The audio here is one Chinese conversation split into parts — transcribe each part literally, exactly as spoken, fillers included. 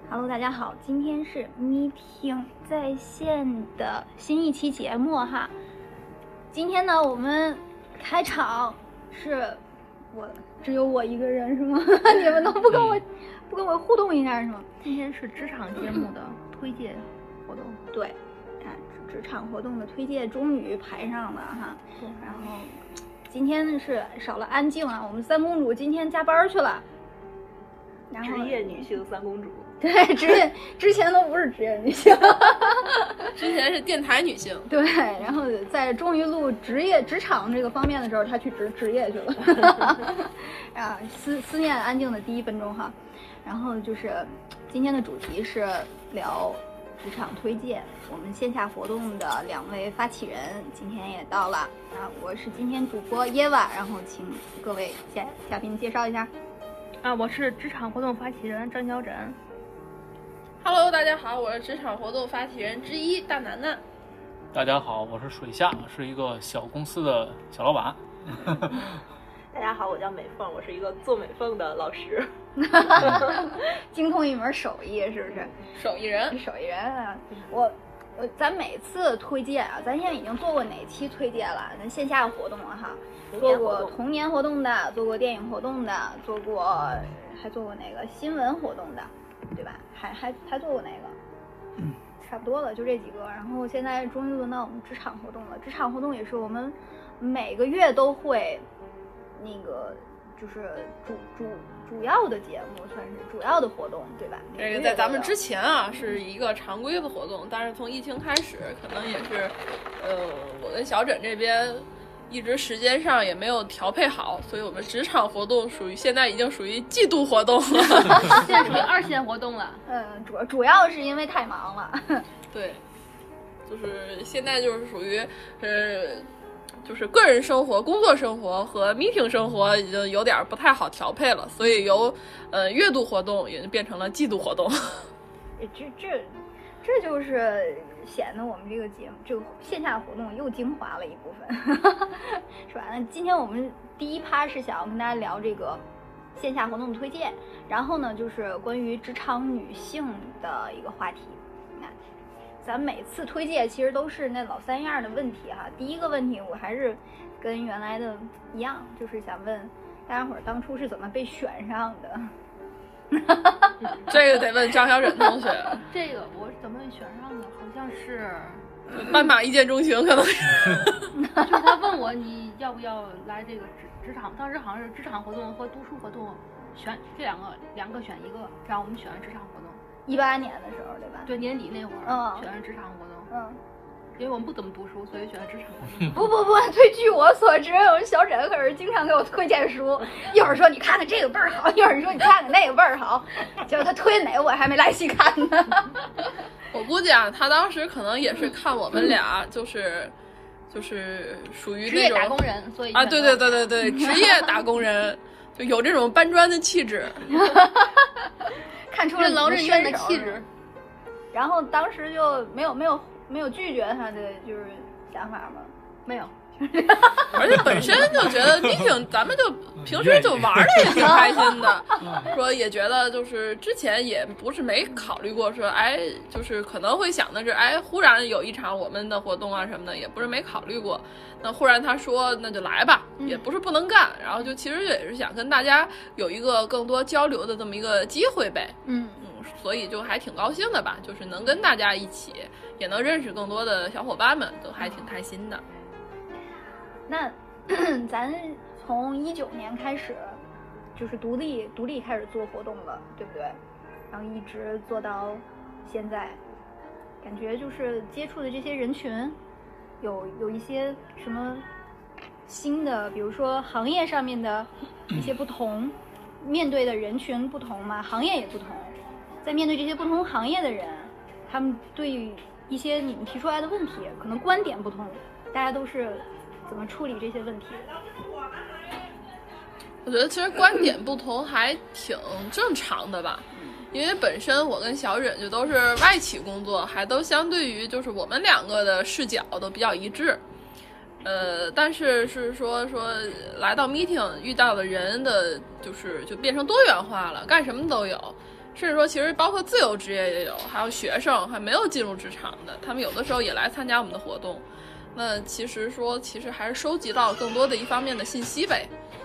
Hello， 大家好，今天是 Meeting 在线的新一期节目哈。今天呢，我们开场是我只有我一个人是吗？你们都不跟我不跟我互动一下是吗？ 今天是职场节目的推荐活动， 对，看职场活动的推荐终于排上了哈。然后今天是少了安静啊，我们三公主今天加班去了。然后职业女性三公主， 对，职业之前都不是职业女性， 之前是电台女性。 对，然后在终于录职业职场这个方面的时候，她去职职业去了。啊，思思念安静的第一分钟哈。然后就是今天的主题是聊职场推荐，我们线下活动的两位发起人今天也到了啊，我是今天主播耶娃，然后请各位嘉嘉宾介绍一下。 啊，我是职场活动发起人张小展。 Hello， 大家好，我是职场活动发起人之一大楠楠。 大家好，我是水夏，是一个小公司的小老板。 大家好，我叫美凤，我是一个做美凤的老师。 精通一门手艺是不是？ 手艺人， 手艺人啊！我，呃，咱每次推荐啊，咱现在已经做过哪期推荐了？咱线下活动了哈。做过童年活动的，做过电影活动的，做过还做过哪个新闻活动的，对吧？还还还做过哪个？嗯，差不多了，就这几个。然后现在终于轮到我们职场活动了。职场活动也是我们每个月都会那个就是主主主要的节目，算是主要的活动，对吧？ 这个在咱们之前啊是一个常规的活动，但是从疫情开始，可能也是，呃，我跟小枕这边。一直时间上也没有调配好，所以我们职场活动属于现在已经属于季度活动了， 现在属于二线活动了。 嗯，主主要是因为太忙了。 对，就是现在就是属于呃，就是个人生活、工作生活和 meeting 生活已经有点不太好调配了，所以由呃月度活动也变成了季度活动。 这这这就是显得我们这个节目这个线下活动又精华了一部分，是吧？那今天我们第一趴是想要跟大家聊这个线下活动的推荐，然后呢就是关于职场女性的一个话题。那咱每次推荐其实都是那老三样的问题哈。第一个问题我还是跟原来的一样，就是想问大家伙儿当初是怎么被选上的。 这个得问张小忍同学。 这个我是怎么选上的？好像是斑马一见钟情，可能是。 就是他问我你要不要来这个职职场，当时好像是职场活动和读书活动选这两个，两个选一个，然后我们选了职场活动。 一八年的时候，对吧？ 对，年底那会儿， 嗯， 选了职场活动。 嗯。 因为我们不怎么读书，所以选了职场活动。 不不不，对，据我所知，我小枕可是经常给我推荐书，一会儿说你看看这个倍儿好，一会儿说你看看那个倍儿好，结果他推哪个我还没来细看呢。 我估计啊，他当时可能也是看我们俩就是就是属于那种职业打工人，所以啊，对对对对对，职业打工人就有这种搬砖的气质， 看出了任劳任怨的气质。 然后当时就没有没有。没有拒绝他的就是想法吗？ 没有， 而且本身就觉得你挺，咱们就平时就玩的也挺开心的，说也觉得就是之前也不是没考虑过说，哎，就是可能会想的是，哎，忽然有一场我们的活动啊什么的，也不是没考虑过。那忽然他说那就来吧，也不是不能干，然后就其实也是想跟大家有一个更多交流的这么一个机会呗。 嗯嗯，所以就还挺高兴的吧，就是能跟大家一起。也能认识更多的小伙伴们，都还挺开心的。 那咱从一九年开始，就是独立独立开始做活动了，对不对？然后一直做到现在，感觉就是接触的这些人群，有有一些什么新的，比如说行业上面的一些不同，面对的人群不同嘛，行业也不同，在面对这些不同行业的人，他们对于一些你们提出来的问题，可能观点不同，大家都是怎么处理这些问题？ 我觉得其实观点不同还挺正常的吧，因为本身我跟小忍就都是外企工作，还都相对于就是我们两个的视角都比较一致。呃，但是是说说来到 meeting 遇到的人的，就是就变成多元化了，干什么都有。 甚至说其实包括自由职业也有，还有学生还没有进入职场的，他们有的时候也来参加我们的活动。那其实说其实还是收集到更多的一方面的信息呗，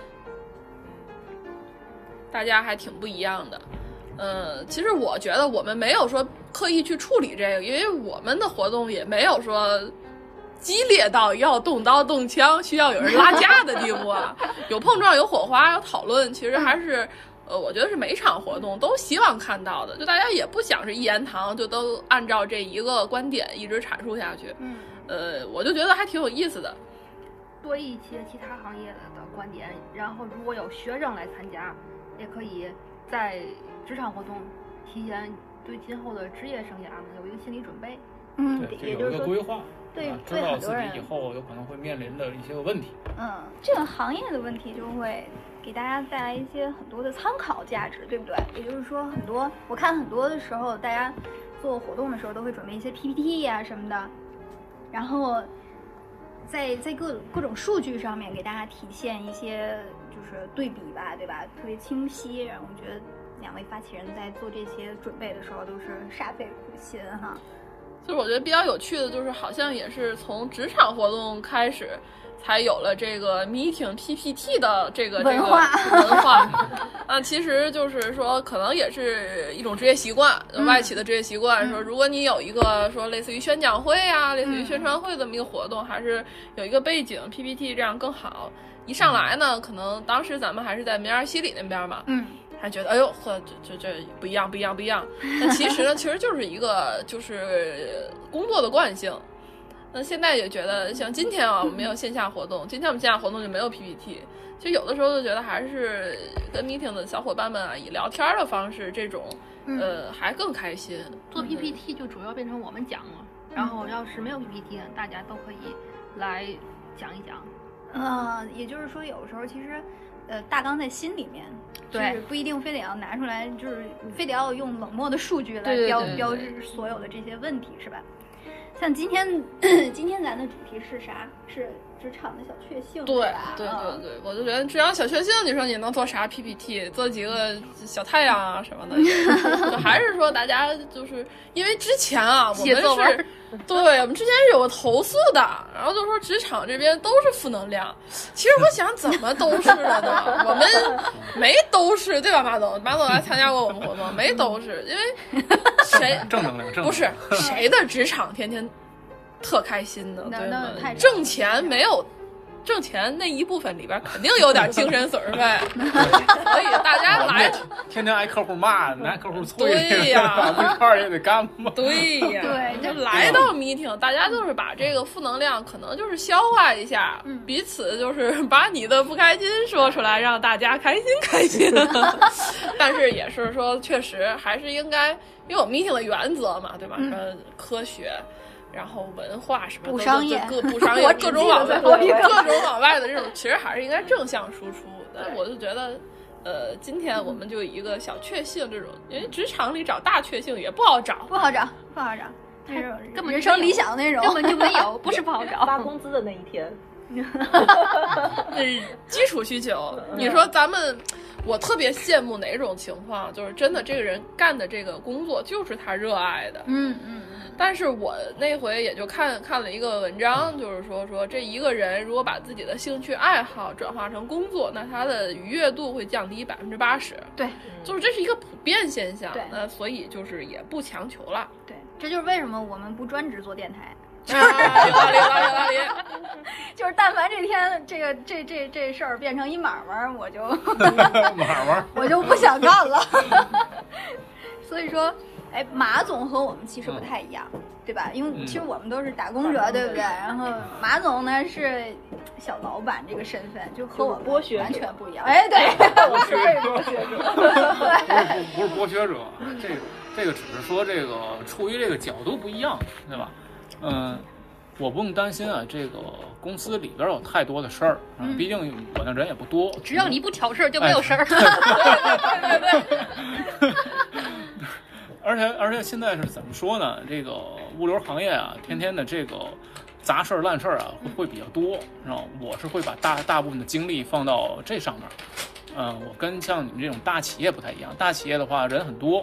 大家还挺不一样的。呃，其实我觉得我们没有说刻意去处理这个，因为我们的活动也没有说激烈到要动刀动枪需要有人拉架的地步啊。有碰撞，有火花，有讨论，其实还是呃，我觉得是每场活动都希望看到的，就大家也不想是一言堂就都按照这一个观点一直阐述下去。 嗯， 呃，我就觉得还挺有意思的， 多一些其他行业的观点，然后如果有学生来参加，也可以在职场活动提前对今后的职业生涯呢有一个心理准备。 嗯， 对，就有也就是说一个规划， 对啊，知对道自己很多人以后有可能会面临的一些问题。 嗯，这个行业的问题就会给大家带来一些很多的参考价值，对不对？也就是说，很多我看很多的时候，大家做活动的时候都会准备一些 P P T 呀、什么的，然后在在各各种数据上面给大家体现一些就是对比吧，对吧？特别清晰。然后我觉得两位发起人在做这些准备的时候都是煞费苦心哈。 就是我觉得比较有趣的，就是好像也是从职场活动开始，才有了这个 meeting P P T 的这个文化这个文化。啊，其实就是说，可能也是一种职业习惯， 嗯、 外企的职业习惯。嗯、说如果你有一个说类似于宣讲会啊，类似于宣传会这么一个活动，还是有一个背景 P P T 这样更好。一上来呢，可能当时咱们还是在梅尔西里那边嘛， 嗯。 还觉得哎呦呵，这这这不一样不一样不一样。但其实呢，其实就是一个就是工作的惯性。那现在也觉得，像今天啊，我们有线下活动，今天我们线下活动就没有 P P T。其实有的时候就觉得还是跟 meeting 的小伙伴们啊，以聊天的方式，这种呃还更开心。 做 P P T 就主要变成我们讲了，嗯、然后要是没有 P P T， 大家都可以来讲一讲。 呃，也就是说，有时候其实。呃，大纲在心里面，就是不一定非得要拿出来，就是非得要用冷漠的数据来标对对对对标志所有的这些问题，是吧？像今天，今天咱的主题是啥？是职场的小确幸， 对吧？ 对对对，我就觉得职场小确幸，你说你能做啥 P P T， 做几个小太阳啊什么的，就还是说大家就是因为之前啊，我们是。对，我们之前是有个投诉的，然后就说职场这边都是负能量。其实我想，怎么都是了呢？我们没都是，对吧，马总？马总来参加过我们活动，没都是，因为谁正能量，正能量不是谁的职场天天特开心的，对吗？ 太挣钱没有。挣钱那一部分里边肯定有点精神损失费，所以大家来天天挨客户骂，挨客户催， 对呀， 这块也得干嘛？ 对呀， 对， 就来到 meeting， 大家就是把这个负能量可能就是消化一下，嗯、彼此就是把你的不开心说出来，让大家开心开心。但是也是说，确实还是应该，因为我 meeting 的原则嘛，对吧？嗯、说科学。然后文化什么不商业， 各不商业，各种往外，各种往外的这种，其实还是应该正向输出。但我就觉得，呃，今天我们就以一个小确幸这种，因为职场里找大确幸也不好找， 不好找，不好找，那种根本人生理想那种， 根本就没有，不是不好找。 发工资的那一天， 那是基础需求。你说咱们。我特别羡慕哪种情况，就是真的这个人干的这个工作就是他热爱的， 嗯嗯。 但是我那回也就看看了一个文章，就是说说这一个人如果把自己的兴趣爱好转化成工作，那他的愉悦度会降低百分之八十。 对， 就是这是一个普遍现象。 对， 那所以就是也不强求了。 对，这就是为什么我们不专职做电台。 就是有道理，有道理，有道理。 就是但凡这天这个这这这事儿变成一买卖，我就买卖， 我就不想干了。所以说，哎，马总和我们其实不太一样，嗯、对吧？因为其实我们都是打工者，嗯、对不对？然后马总呢是小老板这个身份，就和我们完全不一样。哎，对， 我是被剥削者，不是不是剥削者，这个这个只是说这个出于这个角度不一样，对吧？嗯，我不用担心啊，这个公司里边有太多的事儿，嗯，毕竟我那人也不多。 只要你不挑事儿，就没有事儿。 对对对对。 而且而且现在是怎么说呢？这个物流行业啊，天天的这个杂事儿烂事儿啊，会会比较多。然后我是会把大大部分的精力放到这上面。嗯，我跟像你们这种大企业不太一样，大企业的话人很多。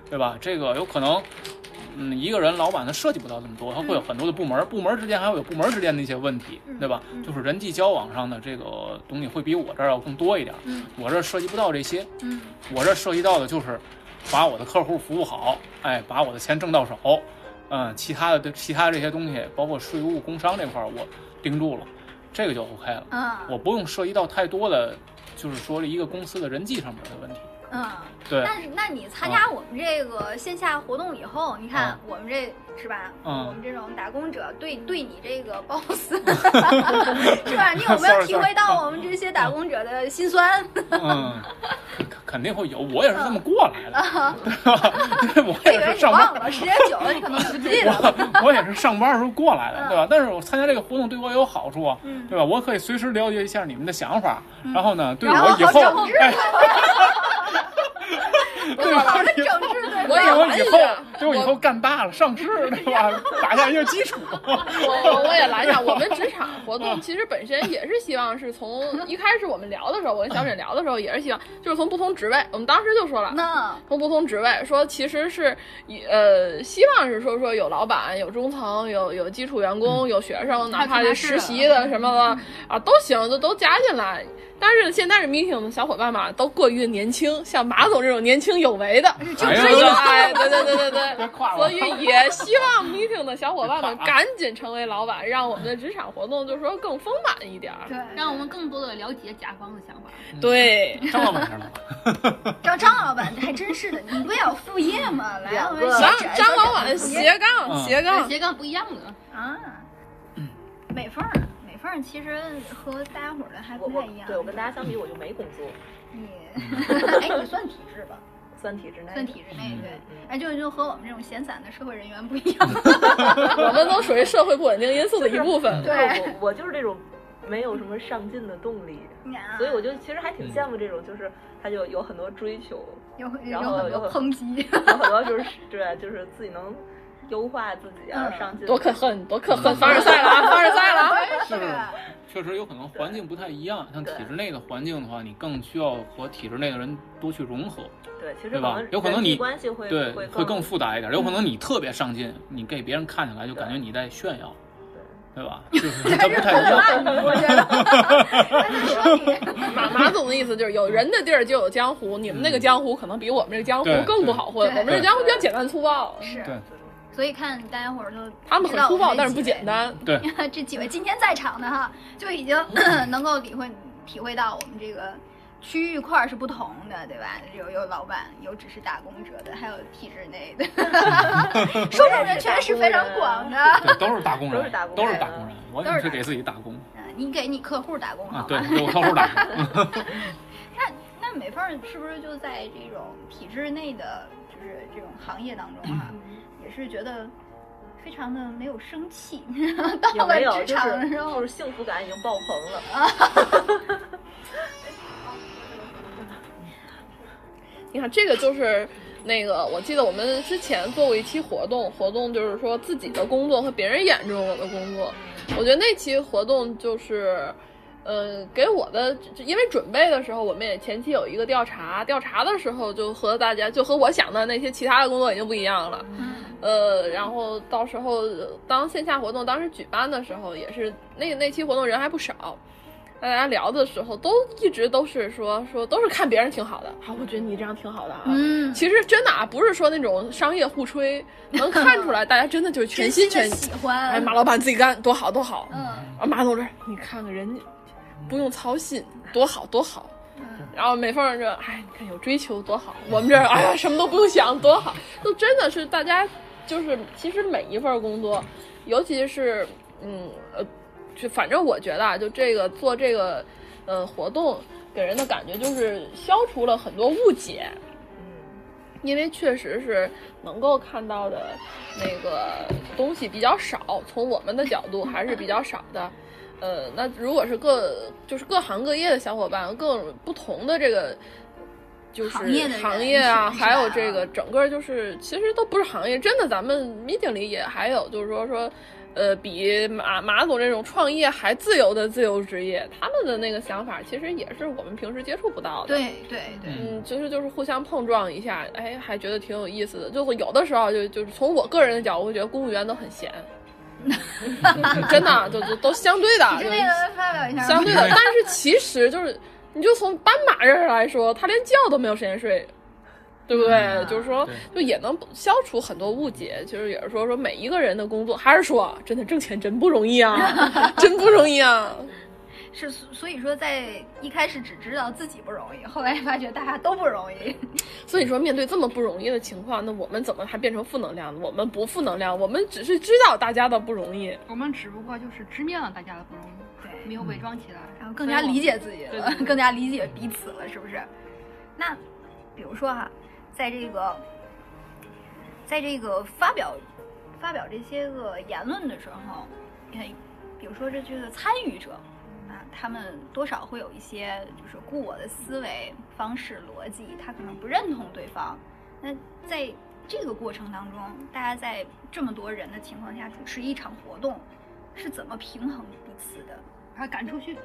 对吧？这个有可能。嗯，一个人老板他涉及不到这么多，他会有很多的部门，嗯、部门之间还会有部门之间的一些问题，嗯、对吧？嗯、就是人际交往上的这个东西会比我这儿要更多一点。嗯、我这涉及不到这些，嗯、我这涉及到的就是把我的客户服务好，哎，把我的钱挣到手，嗯，其他的其他的这些东西，包括税务、工商这块我盯住了，这个就 OK 了。啊、我不用涉及到太多的，就是说一个公司的人际上面的问题。 嗯， 对。 那那你参加我们这个线下活动以后，嗯、你看我们这是吧？嗯，我们这种打工者对对你这个 boss 是吧？你有没有体会到我们这些打工者的辛酸？ 嗯，肯定会有，我也是这么过来的，嗯、对吧？我也是上班， 忘了时间久了，你可能不记得了。 我, 我也是上班的时候过来的，对吧？但是我参加这个活动对我有好处啊，嗯、对吧？我可以随时了解一下你们的想法，嗯、然后呢，对我以后。对吧？ 我的整治对我以后以后，对我以后干大了，上市，对吧？打下一个基础。 我我也来一下，我们职场活动其实本身也是希望是从一开始我们聊的时候，我跟小沈聊的时候也是希望，就是从不同职位，我们当时就说了，从不同职位说，其实是呃希望是说说有老板，有中层，有有基础员工，有学生，哪怕是实习的什么的啊都行，就都加进来。但是现在是 meeting 的小伙伴嘛，都过于年轻，像马总这种年轻有为的， 就追求哎，对对对对对，所以也希望 meeting 的小伙伴们赶紧成为老板，让我们的职场活动就是说更丰满一点， 对，让我们更多的了解甲方的想法。 对， 张老板，张老板， 张张老板还真是的，你不要副业吗？来，我们张张老板斜杠斜杠斜杠不一样的啊，美凤。凤其实和大家伙儿的还不太一样。 对，我跟大家相比，我就没工作。 你，哎，你算体制吧？ 算体制内。 算体制内，对。哎，就就和我们这种闲散的社会人员不一样。 我们都属于社会不稳定因素的一部分。 对， 我我就是这种没有什么上进的动力，所以我就其实还挺羡慕这种，就是他就有很多追求， 有有很多抨击， 有很多就是对，就是自己能。优化自己啊，上进， 多可恨，多可恨！凡尔赛了啊，凡尔赛了！ 是，确实有可能环境不太一样。像体制内的环境的话，你更需要和体制内的人多去融合。 对，其实对吧？有可能你关系会对会会更复杂一点。有可能你特别上进，你给别人看起来就感觉你在炫耀，对吧？就是它不太一样。 我觉得。 马马总的意思就是，有人的地儿就有江湖，你们那个江湖可能比我们这个江湖更不好混。我们这个江湖比较简单粗暴。 是。 对。 所以看大家伙儿都他们很粗暴，但是不简单。 对， 这几位今天在场的哈，就已经能够体会体会到我们这个区域块是不同的，对吧？有有老板，有只是打工者的，还有体制内的，受众人群是非常广的。 对，都是打工人， 都是打工人， 都是打工人。我也是给自己打工。 嗯，你给你客户打工好吧？ 对，给我客户打工。 那那美凤是不是就在这种体制内的，就是这种行业当中哈？也是觉得非常的没有生气，到了职场的时候， 就是幸福感已经爆棚了。 你看，这个就是那个，我记得我们之前做过一期活动，活动就是说自己的工作和别人眼中我的工作。我觉得那期活动就是。呃，给我的，因为准备的时候，我们也前期有一个调查，调查的时候就和大家，就和我想的那些其他的工作已经不一样了。嗯、呃，然后到时候当线下活动当时举办的时候，也是那那期活动人还不少，大家聊的时候都一直都是说说都是看别人挺好的啊，我觉得你这样挺好的啊。嗯，其实真的啊，不是说那种商业互吹，能看出来大家真的就是全心全意喜欢。 哎，马老板自己干多好多好。嗯，啊，马总这你看看人家。不用操心，多好多好。嗯、然后美凤这，哎，你看有追求多好。我们这儿，哎呀，什么都不用想，多好。都真的是大家，就是其实每一份工作，尤其是嗯呃，就反正我觉得啊，就这个做这个呃活动，给人的感觉就是消除了很多误解。因为确实是能够看到的那个东西比较少，从我们的角度还是比较少的。呃，那如果是各就是各行各业的小伙伴，各种不同的这个就是行业的行业啊，还有这个整个就是其实都不是行业，真的咱们 meeting 里也还有就是说说呃，比马马总这种创业还自由的自由职业，他们的那个想法其实也是我们平时接触不到的。 对对对， 嗯，其实就是互相碰撞一下，哎，还觉得挺有意思的。就有的时候就就是从我个人的角度，我觉得公务员都很闲。真的，就就都相对的， 你这个发表一下， 相对的。但是其实就是，你就从斑马这儿来说，他连觉都没有时间睡。对不对？嗯、就是说，就也能消除很多误解。就是也是说，说每一个人的工作，还是说，真的挣钱真不容易啊，真不容易啊。 是，所以说，在一开始只知道自己不容易，后来发觉大家都不容易。 所以说，面对这么不容易的情况，那我们怎么还变成负能量呢？我们不负能量，我们只是知道大家的不容易， 我们只不过就是直面了大家的不容易，对，没有伪装起来， 然后更加理解自己了，对对对更加理解彼此了，是不是？那比如说哈。在这个，在这个发表发表这些个言论的时候，你看，比如说这这个参与者啊，他们多少会有一些就是固我的思维方式逻辑，他可能不认同对方。那在这个过程当中，大家在这么多人的情况下主持一场活动，是怎么平衡彼此的？ 把他赶出去。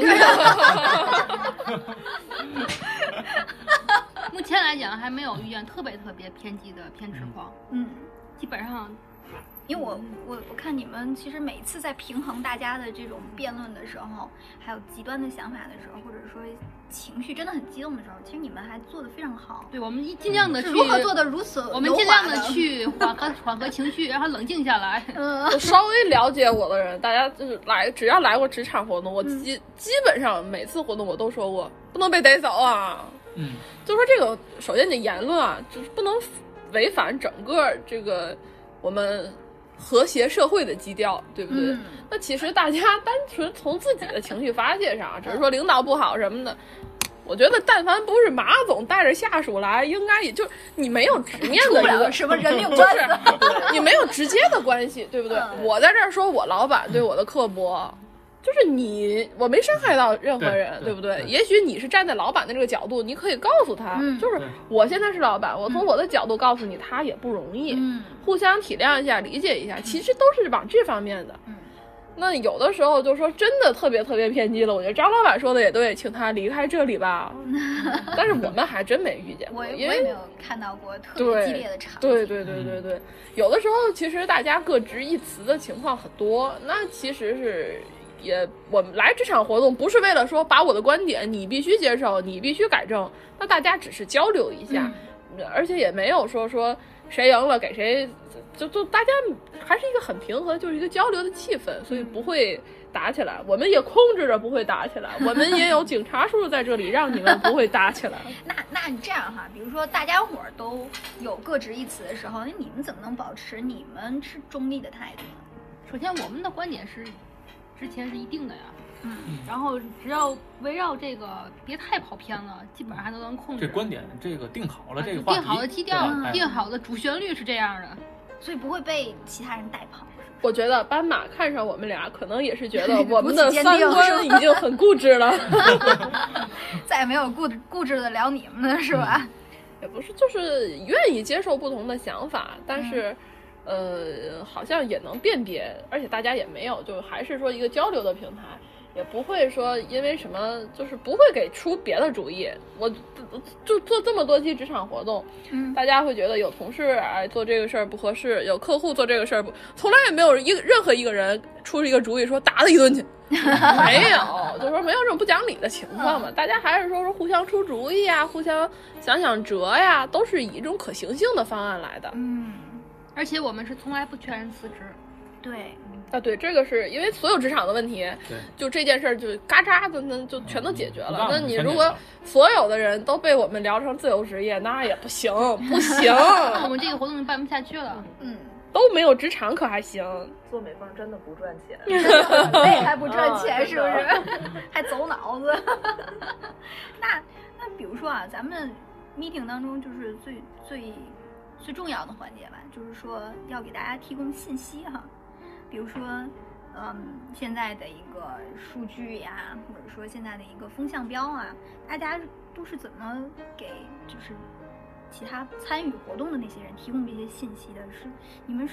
目前来讲还没有遇见特别特别偏激的偏执狂， 嗯， 基本上， 因为我我我看你们其实每次在平衡大家的这种辩论的时候，还有极端的想法的时候，或者说情绪真的很激动的时候，其实你们还做得非常好。 对，我们尽量的去、 嗯、如何做得如此， 我们尽量的去缓和缓和情绪，让他冷静下来。 嗯， 我稍微了解我的人，大家就是来，只要来过职场活动，我基、嗯、基本上每次活动我都说过，不能被逮走啊。 嗯， 就说这个，首先你的言论啊，就是不能违反整个这个我们和谐社会的基调，对不对？ 嗯、 那其实大家单纯从自己的情绪发泄上，只是说领导不好什么的，我觉得但凡不是马总带着下属来，应该也就你没有直面的一个什么人命关系， 你没有直接的关系，对不对？嗯、我在这儿说我老板对我的刻薄。就是你，我没伤害到任何人， 对, 对不对? 对，也许你是站在老板的这个角度，你可以告诉他， 嗯、 就是我现在是老板，我从我的角度告诉你，他也不容易， 嗯， 互相体谅一下，理解一下，其实都是往这方面的。 嗯， 那有的时候就说真的特别特别偏激了，我觉得张老板说的也对，请他离开这里吧。但是我们还真没遇见过， 我因为我也没有看到过特别激烈的场景。 对对对对对对，有的时候其实大家各执一词的情况很多，那其实是。也，我们来这场活动不是为了说把我的观点你必须接受，你必须改正，那大家只是交流一下，嗯、而且也没有说说谁赢了给谁，就就大家还是一个很平和，就是一个交流的气氛，所以不会打起来。我们也控制着不会打起来，我们也有警察叔叔在这里，让你们不会打起来。 那那你这样哈，比如说大家伙儿都有各执一词的时候，那你们怎么能保持你们是中立的态度呢？ 首先，我们的观点是。之前是一定的呀， 嗯， 然后只要围绕这个别太跑偏了，基本上还都能控制。 这观点这个定好了， 啊、 这个话题定好的基调， 嗯、 定好的主旋律是这样的， 所以不会被其他人带跑。 我觉得斑马看上我们俩，可能也是觉得我们的三观已经很固执了， 再也没有固固执得了你们了，是吧？ 嗯、也不是，就是愿意接受不同的想法，但是。嗯呃，好像也能辨别，而且大家也没有，就还是说一个交流的平台，也不会说因为什么，就是不会给出别的主意。我就做这么多期职场活动， 嗯， 大家会觉得有同事哎做这个事儿不合适，有客户做这个事儿不，从来也没有一个任何一个人出一个主意说打他一顿去，没有，就说没有这种不讲理的情况嘛。嗯、大家还是说说互相出主意呀，互相想想辙呀，都是以一种可行性的方案来的。 嗯。 而且我们是从来不劝人辞职， 对， 啊，对，这个是因为所有职场的问题， 对， 就这件事儿就嘎喳的，那就全都解决了。 嗯、 那你如果所有的人都被我们聊成自由职业，那也不行，不行， 我们这个活动就办不下去了。 嗯， 都没有职场可还行。 做美妆真的不赚钱， 那还不赚钱、 哦、 是不是？还走脑子。那那比如说啊，咱们 meeting 当中就是最最。最重要的环节吧，就是说要给大家提供信息哈，比如说，嗯，现在的一个数据呀，或者说现在的一个风向标啊，大家都是怎么给就是其他参与活动的那些人提供这些信息的？是你们是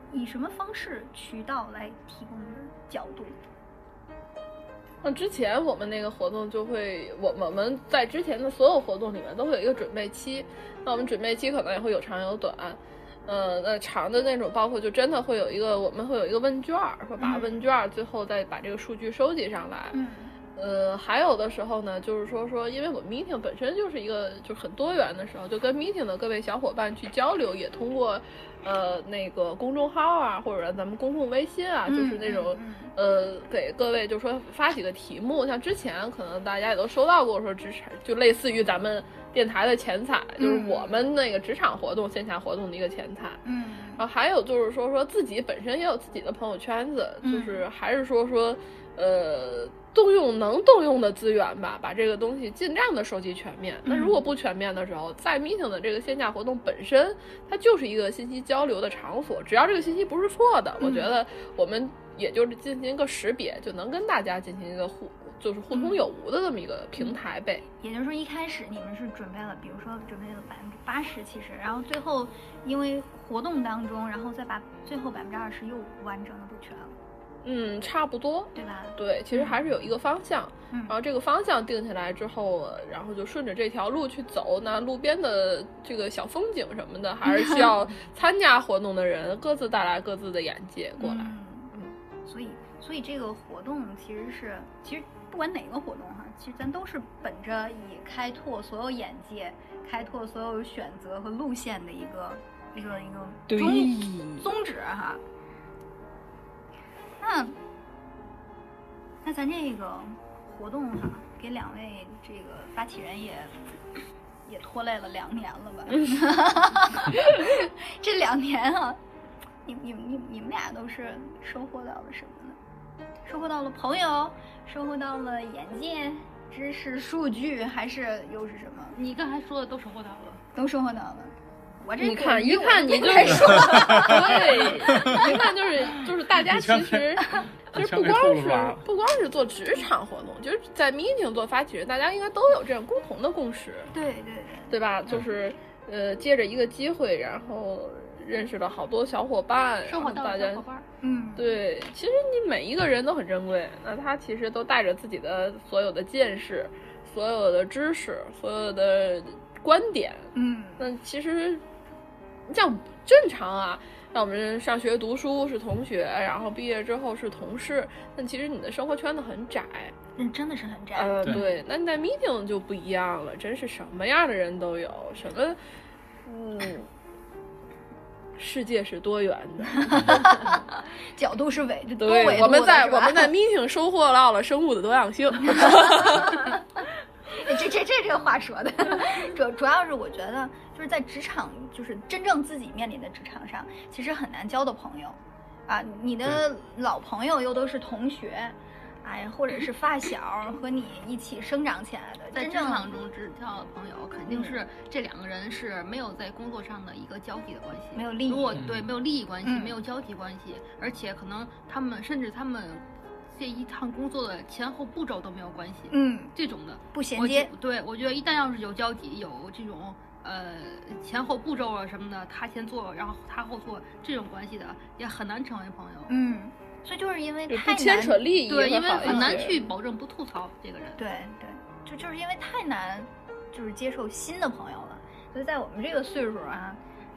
以什么方式、渠道来提供的角度？ 那之前我们那个活动就会，我我们在之前的所有活动里面都会有一个准备期，那我们准备期可能也会有长有短。呃，那长的那种，包括就真的会有一个，我们会有一个问卷，说把问卷最后再把这个数据收集上来。 嗯。 呃，还有的时候呢，就是说说，因为我们 meeting 本身就是一个就很多元的时候，就跟 meeting 的各位小伙伴去交流，也通过呃那个公众号啊，或者咱们公众微信啊，就是那种、 嗯嗯、 呃给各位就说发几个题目，像之前可能大家也都收到过说职场，就类似于咱们电台的前采，就是我们那个职场活动、线下活动的一个前采。 嗯， 然后还有就是说说自己本身也有自己的朋友圈子， 嗯、 就是还是说说呃。动用能动用的资源吧，把这个东西尽量的收集全面。那如果不全面的时候，在 meeting 的这个线下活动本身，它就是一个信息交流的场所。只要这个信息不是错的，我觉得我们也就是进行一个识别，就能跟大家进行一个互，就是互通有无的这么一个平台呗。 也就是说，一开始你们是准备了，比如说准备了百分之八十，其实，然后最后因为活动当中，然后再把最后百分之二十又完整的补全了。 嗯，差不多， 对吧？ 对，其实还是有一个方向， 嗯， 然后这个方向定下来之后，然后就顺着这条路去走。那路边的这个小风景什么的，还是需要参加活动的人各自带来各自的眼界过来。 嗯，嗯所以，所以这个活动其实是，其实不管哪个活动哈，其实咱都是本着以开拓所有眼界、开拓所有选择和路线的一个一个一个宗宗旨哈。那那咱这个活动哈，给两位这个发起人也也拖累了两年了吧？这两年啊，你你你你们俩都是收获到了什么呢？收获到了朋友，收获到了眼界、知识、数据，还是又是什么？ 你刚才说的都收获到了， 都收获到了。我这你看一看你就对，一看就是就是大家其实其实不光是不光是做职场活动，就是在 meeting 做发起人，大家应该都有这样共同的共识。 对对对， 对吧？就是呃，借着一个机会，然后认识了好多小伙伴， 收获到大家小伙伴。 嗯， 对，其实你每一个人都很珍贵，那他其实都带着自己的所有的见识、所有的知识、所有的观点。 嗯， 那其实。像正常啊，像我们上学读书是同学，然后毕业之后是同事，那其实你的生活圈子很窄， 嗯，真的是很窄。 呃，对，那你在 meeting 就不一样了，真是什么样的人都有，什么，嗯，世界是多元的， 角度是维多对， 维度的。 我们在我们在 meeting 收获到了生物的多样性。 这这这这个话说的，主主要是我觉得就是在职场，就是真正自己面临的职场上，其实很难交的朋友，啊，你的老朋友又都是同学，哎，或者是发小，和你一起生长起来的。 在职场中只交的朋友，肯定是这两个人是没有在工作上的一个交集的关系， 没有利益。 如果对没有利益关系， 嗯、 没有交集关系，而且可能他们甚至他们。这一趟工作的前后步骤都没有关系， 嗯， 这种的不衔接。 对，我觉得一旦要是有交集，有这种呃前后步骤啊什么的，他先做，然后他后做，这种关系的也很难成为朋友。 嗯，所以就是因为太难， 不牵扯利益， 对，因为很难去保证不吐槽这个人。 对对，就就是因为太难，就是接受新的朋友了。所以在我们这个岁数啊。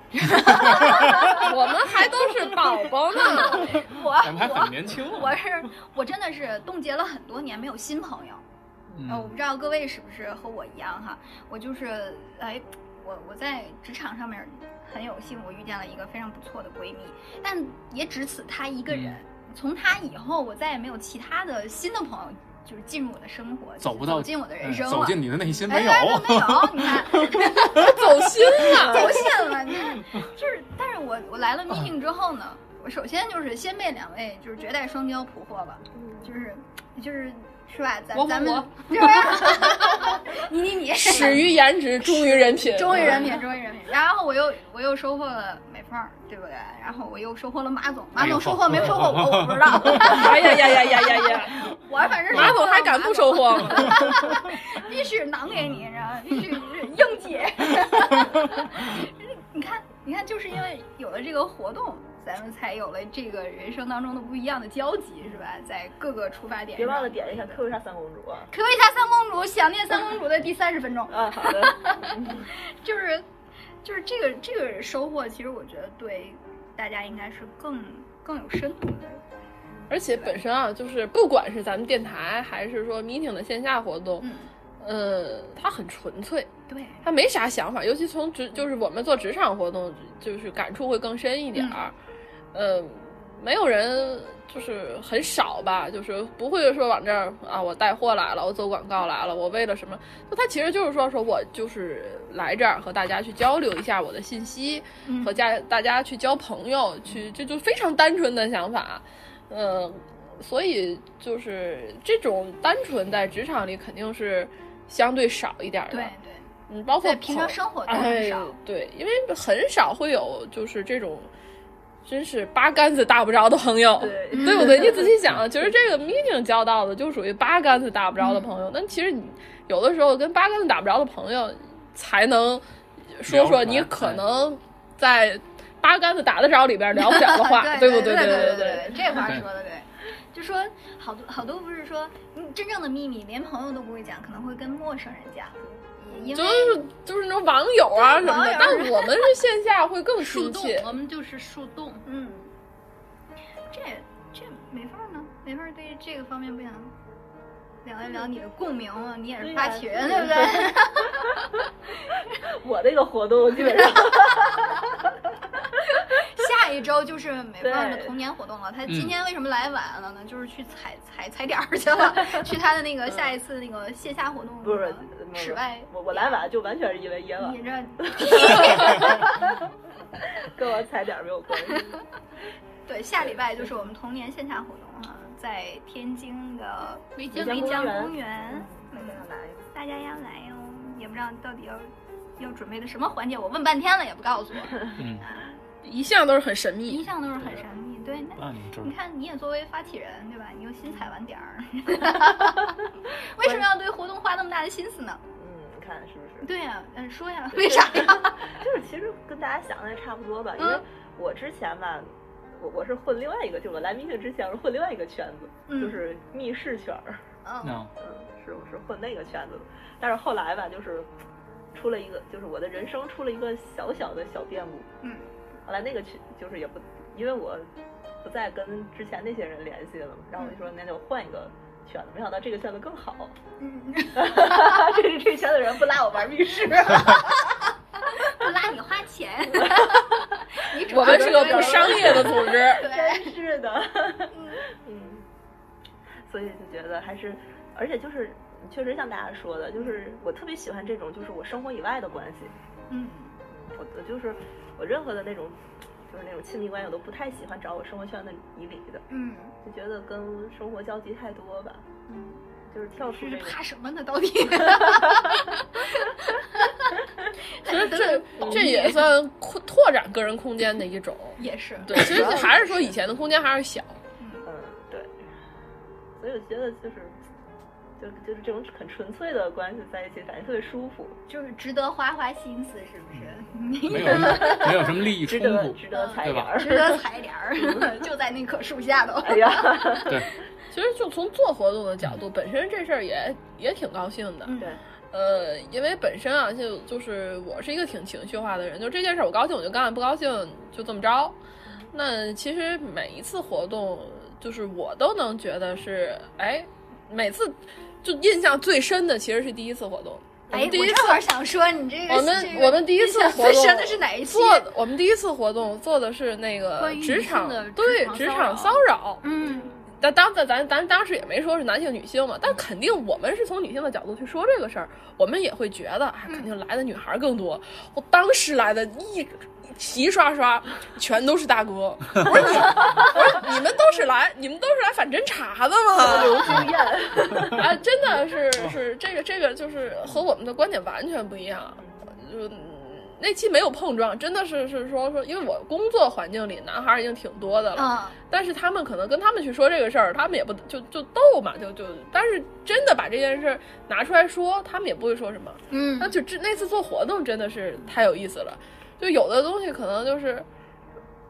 我们还都是宝宝呢， 我咱们还很年轻。 我是我真的是冻结了很多年，没有新朋友。 嗯、 呃，我不知道各位是不是和我一样哈？我就是哎，我我在职场上面很有幸，我遇见了一个非常不错的闺蜜，但也只此她一个人。嗯、从她以后，我再也没有其他的新的朋友。就是进入我的生活， 走不到走进我的人生了， 走进你的内心没有， 哎、没有，你看， 走心了， 走心了，你看，就是，但是我我来了 meeting 之后呢，我首先就是先被两位就是绝代双骄俘获了，就是就是是吧？咱咱们是不是？你你你， 始于颜值，忠于人品， 忠于人品，忠于人品。然后我又我又收获了美凤，对不对？然后我又收获了马总，马总收获没收获我我不知道。 哎呀呀呀呀呀呀！ 我反正马总还敢不收获吗？ 必须囊给你，然后必须应接。你看，你看，就是因为有了这个活动， 咱们才有了这个人生当中的不一样的交集，是吧？在各个出发点上。 别忘了点一下科维莎三公主啊！ 科维莎三公主，想念三公主的第三十分钟。 啊，好的。 就是，就是这个这个收获，其实我觉得对大家应该是更更有深度的。 而且本身啊，就是不管是咱们电台，还是说 meeting 的线下活动，嗯。呃，它很纯粹， 对， 它没啥想法，尤其从职就是我们做职场活动，就是感触会更深一点儿。嗯、呃，没有人就是很少吧，就是不会说往这儿啊，我带货来了，我走广告来了，我为了什么？就它其实就是说说我就是来这儿和大家去交流一下我的信息，嗯、和家大家去交朋友，去这就非常单纯的想法，呃，所以就是这种单纯在职场里肯定是相对少一点的， 对对， 嗯，包括平常生活中很少、 哎，对，因为很少会有就是这种，真是八竿子打不着的朋友， 对， 对不对？你仔细想，其实这个 meeting 交到的就属于八竿子打不着的朋友，但、嗯、其实你有的时候跟八竿子打不着的朋友，才能说说你可能在八竿子打得着里边聊不了的话， 对不对？ 对对对对，这话说的对。就说好多好多不是说，嗯，真正的秘密连朋友都不会讲，可能会跟陌生人讲，因为就是就是那种网友啊什么的。但我们是线下会更亲切， 我们就是树洞。 嗯，这这没法呢，没法对这个方面不想聊一聊你的共鸣啊，你也是发起人，对, 对不对？ 我这个活动基本上。 下一周就是美凤的童年活动了。他今天为什么来晚了呢？就是去踩踩踩点儿去了，去他的那个下一次那个线下活动。 不是室外， 我我来晚就完全是因为噎了。 你这跟我踩点儿没有关系。 对，下礼拜就是我们童年线下活动哈，在天津的梅江梅江公园， 大家要来， 大家要来哟。也不知道到底要要准备的什么环节，我问半天了也不告诉我。 嗯。一向都是很神秘， 一向都是很神秘。对，那你看，你也作为发起人，对吧？你又新踩完点儿，为什么要对活动花那么大的心思呢？ 嗯，你看是不是？ 对呀、啊，嗯，说呀，为啥呀？ 就是其实跟大家想的也差不多吧，因为我之前吧，我我是混另外一个，就我来 meeting 之前我是混另外一个圈子，嗯、就是密室圈儿。 嗯嗯，是我是混那个圈子，但是后来吧，就是出了一个，就是我的人生出了一个小小的小变故。 嗯。 后来那个群就是也不，因为我不再跟之前那些人联系了嘛，然后我就说那就换一个圈子，没想到这个圈子更好。嗯，这这这圈子人不拉我玩密室， 不拉你花钱。 你我们是个不商业的组织。 真是的。嗯，所以就觉得还是，而且就是确实像大家说的，就是我特别喜欢这种就是我生活以外的关系。 嗯， 我我就是。我任何的那种，就是那种亲密关系，我都不太喜欢找我生活圈子以里的， 嗯， 就觉得跟生活交集太多吧， 嗯， 就是跳出这个。 怕什么呢？到底？ 其实这这也算拓展个人空间的一种， 也是对。其实还是说以前的空间还是小， 嗯嗯对，所以我觉得就是。就就是这种很纯粹的关系在一起，感觉特别舒服， 就是值得花花心思，是不是？ 没有没有什么利益冲突， 值得踩点儿， 值得踩点儿，就在那棵树下头。 哎呀， 对， 其实就从做活动的角度，本身这事儿也也挺高兴的。 对， 呃，因为本身啊，就就是我是一个挺情绪化的人，就这件事我高兴我就干，不高兴就这么着。那其实每一次活动，就是我都能觉得是，哎，每次。就印象最深的其实是第一次活动。 哎， 第一次我正好想说你这个， 我们、这个、我们第一次活动最深的是哪一期？ 做我们第一次活动做的是那个职场对职场骚扰。 嗯， 但当在咱咱当时也没说是男性女性嘛，但肯定我们是从女性的角度去说这个事儿，我们也会觉得啊，肯定来的女孩更多。我当时来的一。齐刷刷，全都是大哥。我说你，我说你们都是来，你们都是来反侦查的吗？ 有经验啊，真的是是这个这个就是和我们的观点完全不一样。就那期没有碰撞，真的是是说说，因为我工作环境里男孩已经挺多的了， 嗯、 但是他们可能跟他们去说这个事儿，他们也不就就逗嘛，就就，但是真的把这件事拿出来说，他们也不会说什么。 嗯， 那就这那次做活动真的是太有意思了。就有的东西可能就是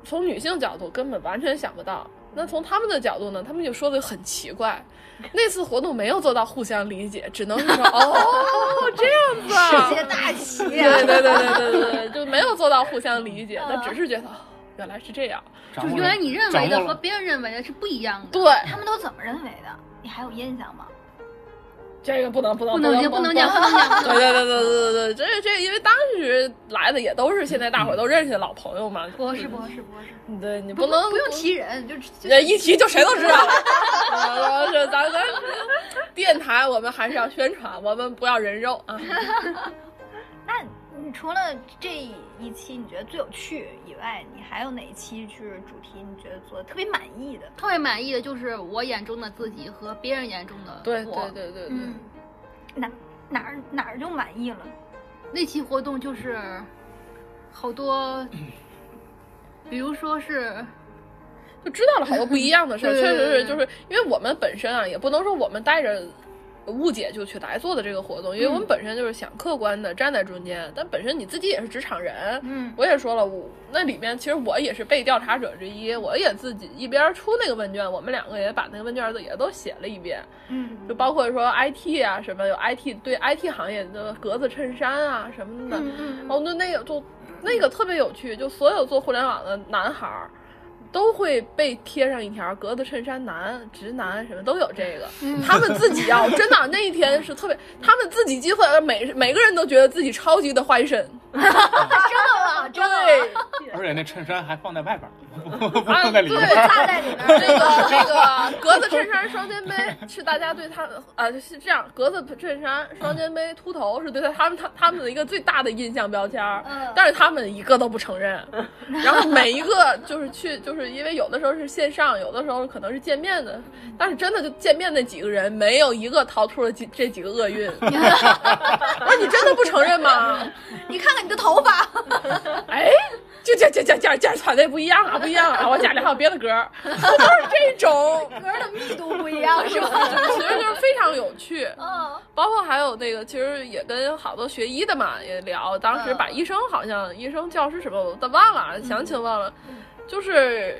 从女性角度根本完全想不到。那从他们的角度呢，他们就说的很奇怪，那次活动没有做到互相理解，只能是说哦这样子啊， 世界大棋、啊， 对对对对对对，就没有做到互相理解，他只是觉得、哦、原来是这样， 就原来你认为的和别人认为的是不一样的。 对， 他们都怎么认为的？你还有印象吗？ 这个不能不能不能讲不能讲不能讲。 对对对对对对，这这因为当时来的也都是现在大伙都认识的老朋友嘛。 博士博士博士， 对你不能不用提人，就这一提就谁都知道了。这咱咱电台我们还是要宣传，我们不要人肉啊。 那你除了这一期你觉得最有趣以外，你还有哪一期就是主题你觉得做的特别满意的？ 特别满意的就是我眼中的自己和别人眼中的我。 对对对对对。 嗯，哪哪儿哪儿就满意了？ 那期活动就是好多，比如说是。 就知道了好多不一样的事儿，确实是，就是因为我们本身啊，也不能说我们带着误解就去来做的这个活动，因为我们本身就是想客观的站在中间，但本身你自己也是职场人， 嗯， 我也说了，我那里面其实我也是被调查者之一，我也自己一边出那个问卷，我们两个也把那个问卷也都写了一遍， 嗯， 就包括说 I T 啊什么，有 I T 对 I T 行业的格子衬衫啊什么的， 嗯嗯， 哦，那那个就那个特别有趣，就所有做互联网的男孩儿。都会被贴上一条格子衬衫男、直男什么都有这个，嗯、他们自己要真的那一天是特别，他们自己几乎每每个人都觉得自己超级的坏身， 真的吗？真的吗？ 而且那衬衫还放在外边，不放在里边， 啊、 插在里边。 这个这个格子衬衫双肩背是大家对他啊、呃、是这样，格子衬衫双肩背秃头是对他他们他他们的一个最大的印象标签， 嗯， 但是他们一个都不承认，然后每一个就是去就是。是因为有的时候是线上，有的时候可能是见面的，但是真的就见面那几个人，没有一个逃出了几这几个厄运。那你真的不承认吗？ 你看看你的头发， 哎，就这这这这这穿的不一样啊，不一样啊！我家里还有别的歌，都是这种歌的密度不一样，是吧？ 其实就是非常有趣。 嗯， 包括还有那个，其实也跟好多学医的嘛也聊，当时把医生好像医生教师什么我都忘了，详情忘了。就是，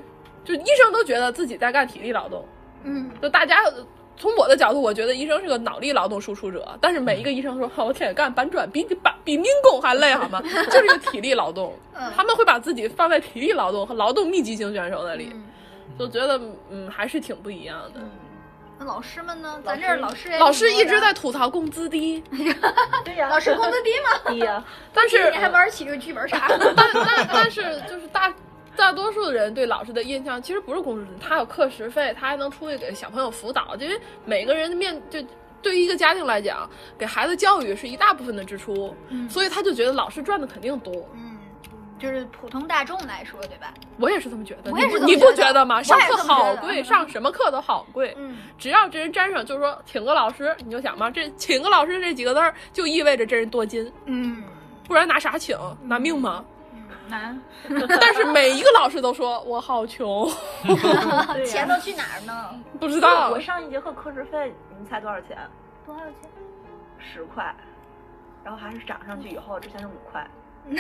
就医生都觉得自己在干体力劳动， 嗯， 就大家从我的角度，我觉得医生是个脑力劳动输出者，但是每一个医生说，我天天干搬砖比比比民工还累，好吗？就是一个体力劳动，他们会把自己放在体力劳动和劳动密集型选手那里，就觉得嗯还是挺不一样的。 那老师们呢？咱这儿老师也老师一直在吐槽工资低， 对呀， 老师工资低吗？ 低呀， 但是你还玩起这个剧本杀？ 但但但是就是大。大多数人对老师的印象其实不是工资，他有课时费，他还能出去给小朋友辅导。因为每个人的面就对于一个家庭来讲，给孩子教育是一大部分的支出，嗯、所以他就觉得老师赚的肯定多。 嗯，就是普通大众来说，对吧？ 我也是这么觉得。 我也是这么你不觉得吗？上课好贵， 嗯、 上什么课都好贵。 嗯，只要这人沾上，就是说请个老师，你就想吧，这请个老师这几个字儿就意味着这人多金。 嗯， 不然拿啥请？拿命吗？ 难， 但是每一个老师都说我好穷， 钱都去哪儿呢？ 不知道。 我上一节课课时费，你猜多少钱？ 多少钱？ 十块，然后还是涨上去以后，之前是五块。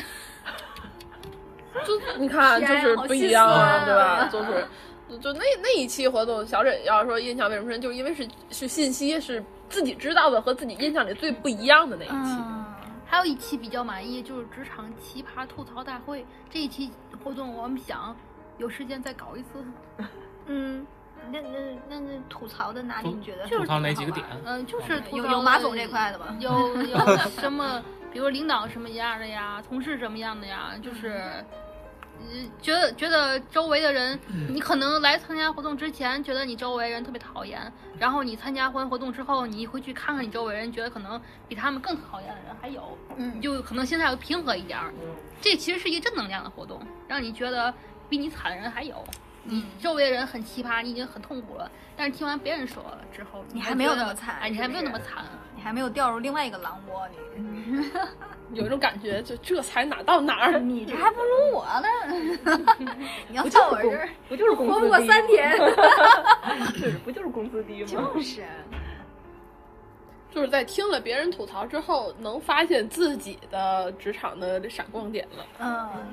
就你看，就是不一样啊，对吧？就是，就那那一期活动，小沈要说印象为什么深，就是因为是是信息是自己知道的和自己印象里最不一样的那一期。 嗯还有一期比较满意，就是职场奇葩吐槽大会。这一期活动我们想有时间再搞一次。 嗯，那那那那吐槽的哪里？你觉得就是吐槽哪几个点？ 嗯、呃，就是有有马总这块的吧？ 有有什么，比如领导什么样的呀，同事什么样的呀，就是。嗯，觉得觉得周围的人，你可能来参加活动之前，觉得你周围人特别讨厌，然后你参加完活动之后，你回去看看你周围人，觉得可能比他们更讨厌的人还有， 嗯， 你就可能现在要平和一点儿。这其实是一个正能量的活动，让你觉得比你惨的人还有，你周围的人很奇葩，你已经很痛苦了，但是听完别人说了之后， 你还没有那么惨， 哎，你还没有那么惨， 你还没有掉入另外一个狼窝里。 有一种感觉，就这才哪到哪儿？ 你这还不如我呢！你要到我这儿， 不就是工资低？ 活不过三天， 是不就是工资低吗？ 就是， 就是在听了别人吐槽之后，能发现自己的职场的闪光点了。 嗯，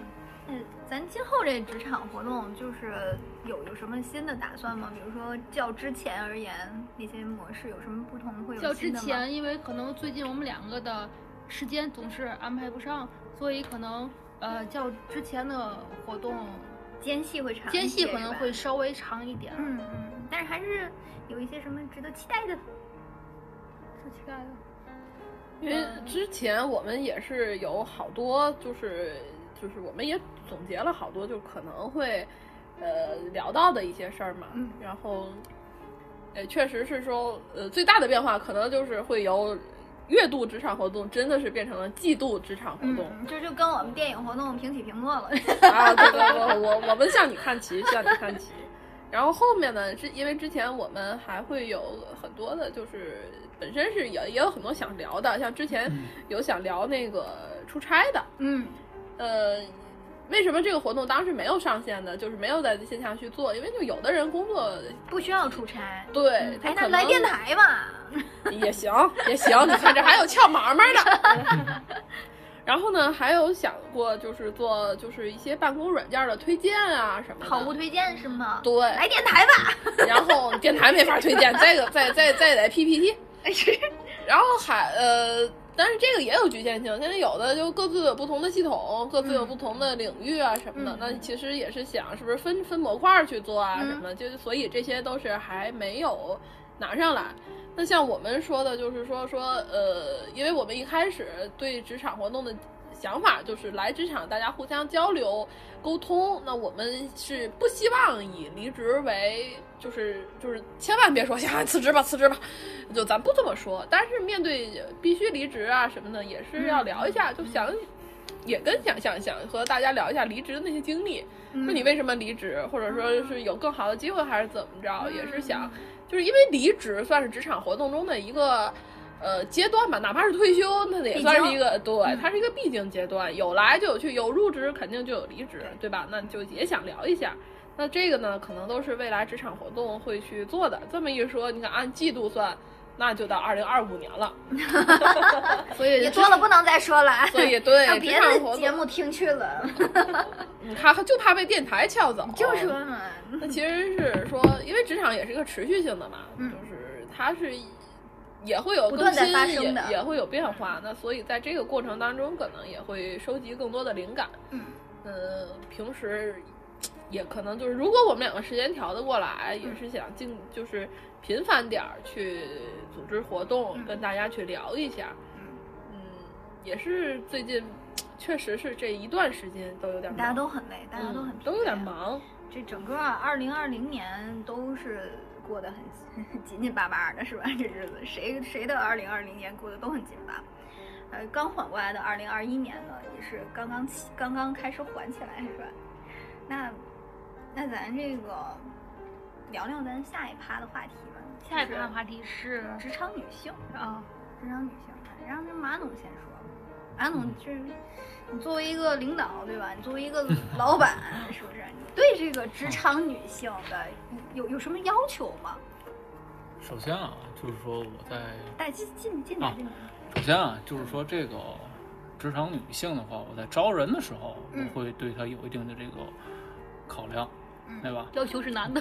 嗯，咱今后这职场活动就是有有什么新的打算吗？比如说较之前而言，那些模式有什么不同？会有较新的吗？ 之前，因为可能最近我们两个的时间总是安排不上，所以可能呃较之前的活动间隙会长一些， 间隙可能是吧会稍微长一点。 嗯嗯，但是还是有一些什么值得期待的。 是期待的。 因为之前我们也是有好多，就是就是我们也总结了好多，就可能会呃聊到的一些事儿嘛。 嗯， 然后呃确实是说，呃最大的变化可能就是会由月度职场活动真的是变成了季度职场活动， 嗯，这就跟我们电影活动平起平坐了。 啊，对对对，我我们向你看齐，向你看齐。然后后面呢，是因为之前我们还会有很多的，就是本身是也也有很多想聊的，像之前有想聊那个出差的， 嗯， 呃，为什么这个活动当时没有上线呢？就是没有在线下去做，因为就有的人工作不需要出差。 对，他哎， 可能那来电台吧。 也行也行，你看这还有俏毛毛的。然后呢，还有想过就是做就是一些办公软件的推荐啊什么的。 好物推荐是吗？ 对， 来电台吧。 然后电台没法推荐，这个再再再得 P P T。然后还呃，但是这个也有局限性，现在有的就各自有不同的系统，各自有不同的领域啊什么的。 嗯、 那其实也是想是不是分分模块去做啊嗯、 什么的，就是所以这些都是还没有拿上来。那像我们说的，就是说说呃，因为我们一开始对职场活动的想法就是来职场大家互相交流沟通，那我们是不希望以离职为就是就是千万别说想辞职吧辞职吧，就咱不这么说。但是面对必须离职啊什么的，也是要聊一下， 嗯、 就想也跟想想想和大家聊一下离职的那些经历， 嗯、 说你为什么离职，或者说是有更好的机会还是怎么着， 嗯、 也是想。就是因为离职算是职场活动中的一个呃阶段吧，哪怕是退休，那也算是一个对，它是一个必经阶段，有来就有去，有入职肯定就有离职，对吧？那就也想聊一下。那这个呢，可能都是未来职场活动会去做的。这么一说，你看按季度算，那就到二零二五年了。所以也多了不能再说了。 所以对， 让别的节目听去了。 你看，就怕被电台撬走。 就说嘛， 那其实是说，因为职场也是一个持续性的嘛， 嗯、 就是它是也会有不断在发生的， 也也会有变化。那所以在这个过程当中，可能也会收集更多的灵感。 嗯， 呃，平时也可能就是，如果我们两个时间调得过来，也是想尽就是频繁点儿去组织活动， 嗯、 跟大家去聊一下。嗯，也是最近。确实是这一段时间都有点忙， 大家都很累，大家都很、 嗯、都有点忙。 这整个二零二零年都是过得很紧紧巴巴的，是吧？这日子谁谁的二零二零年过得都很紧巴。呃，刚缓过来的二零二一年呢，也是刚刚起刚刚开始缓起来，是吧？那那咱这个聊聊咱下一趴的话题吧。 下一趴的话题是职场女性啊， 职场女性。让这马总先说。马总是。你作为一个领导，对吧？你作为一个老板，是不是？你对这个职场女性的有有什么要求吗？ 首先啊，就是说我在带进进进来进来。 首先啊，就是说这个职场女性的话，我在招人的时候， 嗯、 我会对她有一定的这个考量。 嗯、 对吧？ 要求是男的，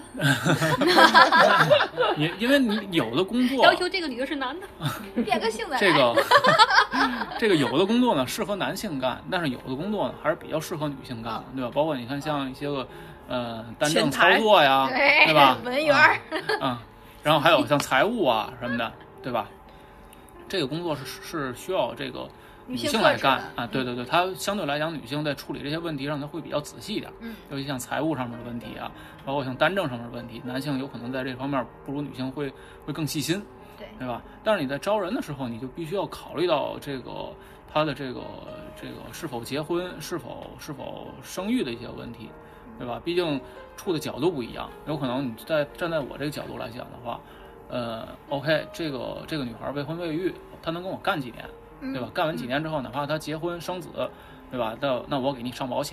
你因为你有的工作要求这个女的是男的， 变个性再来。 这个这个有的工作呢适合男性干，但是有的工作呢还是比较适合女性干的，对吧？包括你看像一些个呃单正操作呀， 对, 对吧？ 文员啊、嗯, 嗯，然后还有像财务啊什么的，对吧？这个工作是是需要这个。女性来干啊，对对对，她相对来讲，女性在处理这些问题上，她会比较仔细一点。 嗯， 尤其像财务上面的问题啊，包括像单证上面的问题，男性有可能在这方面不如女性会会更细心， 对对吧？但是你在招人的时候，你就必须要考虑到这个他的这个这个是否结婚、是否是否生育的一些问题，对吧？毕竟处的角度不一样，有可能你在站在我这个角度来讲的话，呃 ，OK， 这个这个女孩未婚未育，她能跟我干几年？对吧？干完几年之后，哪怕他结婚生子，对吧？那那我给你上保险，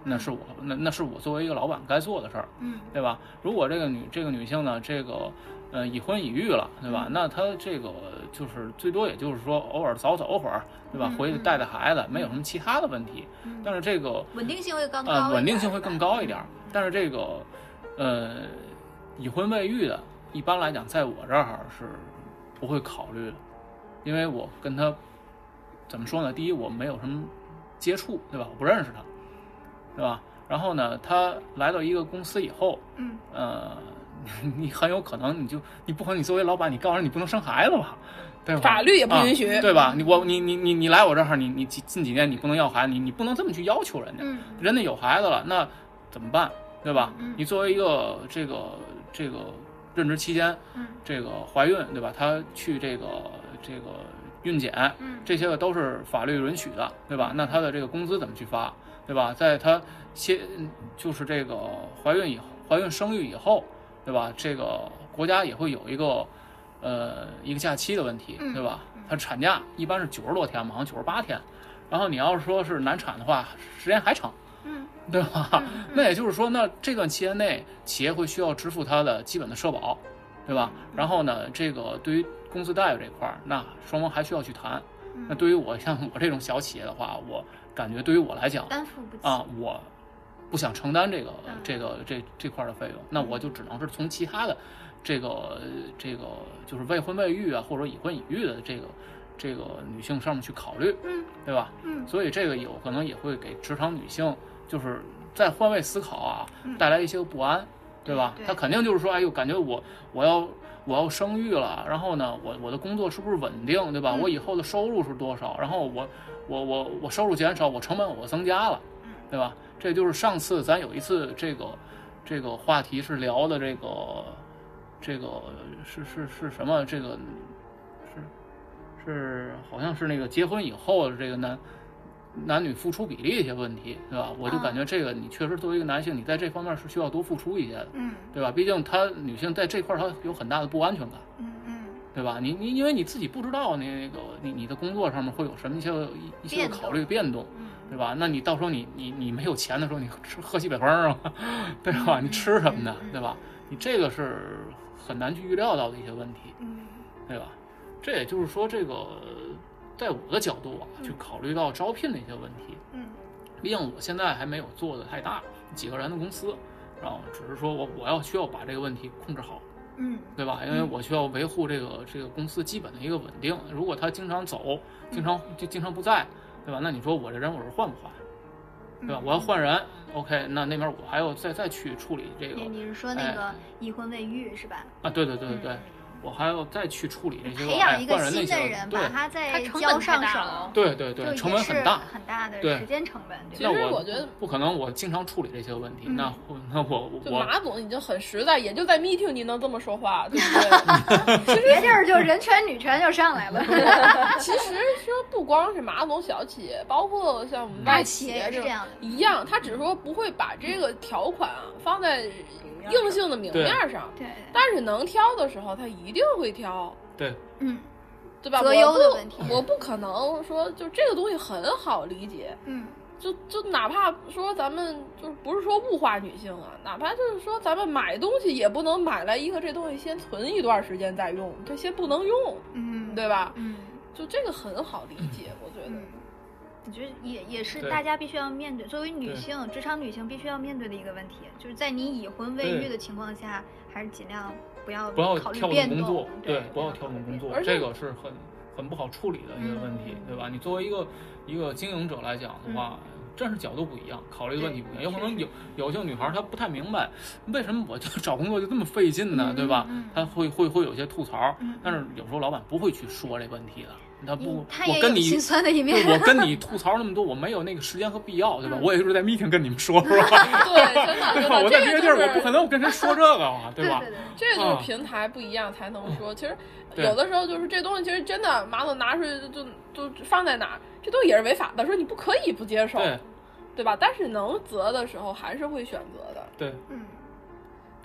那是我那那是我作为一个老板该做的事儿， 嗯， 对吧？如果这个女这个女性呢，这个呃已婚已育了，对吧？那她这个就是最多也就是说偶尔早走会儿，对吧？回去带带孩子，没有什么其他的问题。但是这个稳定性会更高， 呃稳定性会更高一点。但是这个呃已婚未育的，一般来讲在我这儿是不会考虑的，因为我跟她怎么说呢？第一，我没有什么接触，对吧？我不认识她，对吧？然后呢，她来到一个公司以后， 嗯， 呃，你很有可能你就你不可能你作为老板，你告诉人你不能生孩子吧？对吧？ 法律也不允许， 啊、对吧？你我你你你你来我这儿，你你近几年你不能要孩子，你你不能这么去要求人家， 嗯、 人家有孩子了，那怎么办？对吧？ 嗯、 你作为一个这个这个任职期间， 嗯， 这个怀孕，对吧？她去这个这个孕检， 嗯， 这些个都是法律允许的，对吧？那她的这个工资怎么去发，对吧？在她先就是这个怀孕以后，怀孕生育以后，对吧？这个国家也会有一个。呃，一个假期的问题，对吧？它产假一般是九十多天嘛，好像九十八天。然后你要是说是难产的话，时间还长， 嗯， 对吧？嗯嗯、那也就是说，那这段期间内，企业会需要支付它的基本的社保，对吧？然后呢，这个对于工资待遇这块儿，那双方还需要去谈。那对于我像我这种小企业的话，我感觉对于我来讲， 担负不起啊，我不想承担这个这个这这块的费用，那我就只能是从其他的。这个这个就是未婚未育啊，或者已婚已育的这个这个女性上面去考虑， 嗯， 对吧？ 嗯， 所以这个有可能也会给职场女性就是在换位思考啊，带来一些不安，对吧？她肯定就是说，哎呦，感觉我我要我要生育了，然后呢，我我的工作是不是稳定，对吧？ 嗯、 我以后的收入是多少？然后我我我我收入减少，我成本我增加了，对吧？这就是上次咱有一次这个这个话题是聊的这个。这个是是是什么？这个是是好像是那个结婚以后的这个男男女付出比例一些问题，对吧？我就感觉这个你确实作为一个男性，你在这方面是需要多付出一些的， 嗯， 对吧？毕竟她女性在这块她有很大的不安全感， 嗯嗯， 对吧？你你因为你自己不知道你那个你你的工作上面会有什么一些一些考虑变动，对吧？那你到时候你你你没有钱的时候，你吃喝西北风啊，对吧？你吃什么呢？对吧？你这个是。很难去预料到的一些问题， 嗯， 对吧？这也就是说，这个在我的角度啊，去考虑到招聘的一些问题， 嗯， 毕竟我现在还没有做的太大，几个人的公司，然后只是说我我要需要把这个问题控制好， 嗯， 对吧？因为我需要维护这个这个公司基本的一个稳定。如果他经常走，经常就经常不在，对吧？那你说我这人我是换不换？对吧？我要换人 ，OK， 那那边我还要再再去处理这个。 你是说那个已婚未育是吧？ 啊，对对对对对，我还要再去处理这些培养一个新的人，把他再交上手。 对对对，成本很大， 很大的时间成本。 其实我觉得不可能，我经常处理这些问题。那那我我马总已经很实在，也就在 meeting 你能这么说话，对不对？ 其实别地儿就人权女权就上来了。 其实说不光是马总小企业，包括像我们大企业这样一样，他只是说不会把这个条款啊放在硬性的明面上， 对， 但是能挑的时候，他一定会挑， 对， 嗯， 对吧？ 择优的问题， 我不可能说就这个东西很好理解， 嗯， 就就哪怕说咱们就是不是说物化女性啊，哪怕就是说咱们买东西也不能买来一个这东西先存一段时间再用，它先不能用， 嗯， 对吧？ 嗯， 就这个很好理解，我觉得。 嗯我觉得也也是大家必须要面对，作为女性，职场女性必须要面对的一个问题，就是在你已婚未育的情况下，还是尽量不要不要考虑调变动， 动工作， 对， 不要调动工作，这个是很很不好处理的一个问题， 嗯、 对吧？你作为一个一个经营者来讲的话， 嗯、 真是角度不一样，考虑的问题不一样，有可能有有些女孩她不太明白，为什么我就找工作就这么费劲呢， 嗯、 对吧？ 嗯、 她会会会有些吐槽， 嗯、 但是有时候老板不会去说这问题的。他不， 他我跟你心酸的一面， 我跟你吐槽那么多，我没有那个时间和必要，对吧？嗯、我也就是在 meeting 跟你们说，是吧？ 对，真的，真的， 我在别的地儿， 就是、 我不可能我跟谁说这个嘛， 对吧？ 对对对这就是平台不一样才能说。嗯、其实有的时候就是这东西，其实真的马总拿出去就就就放在哪儿，这东西也是违法的，说你不可以不接受， 对， 对吧？但是能择的时候还是会选择的。 对， 嗯。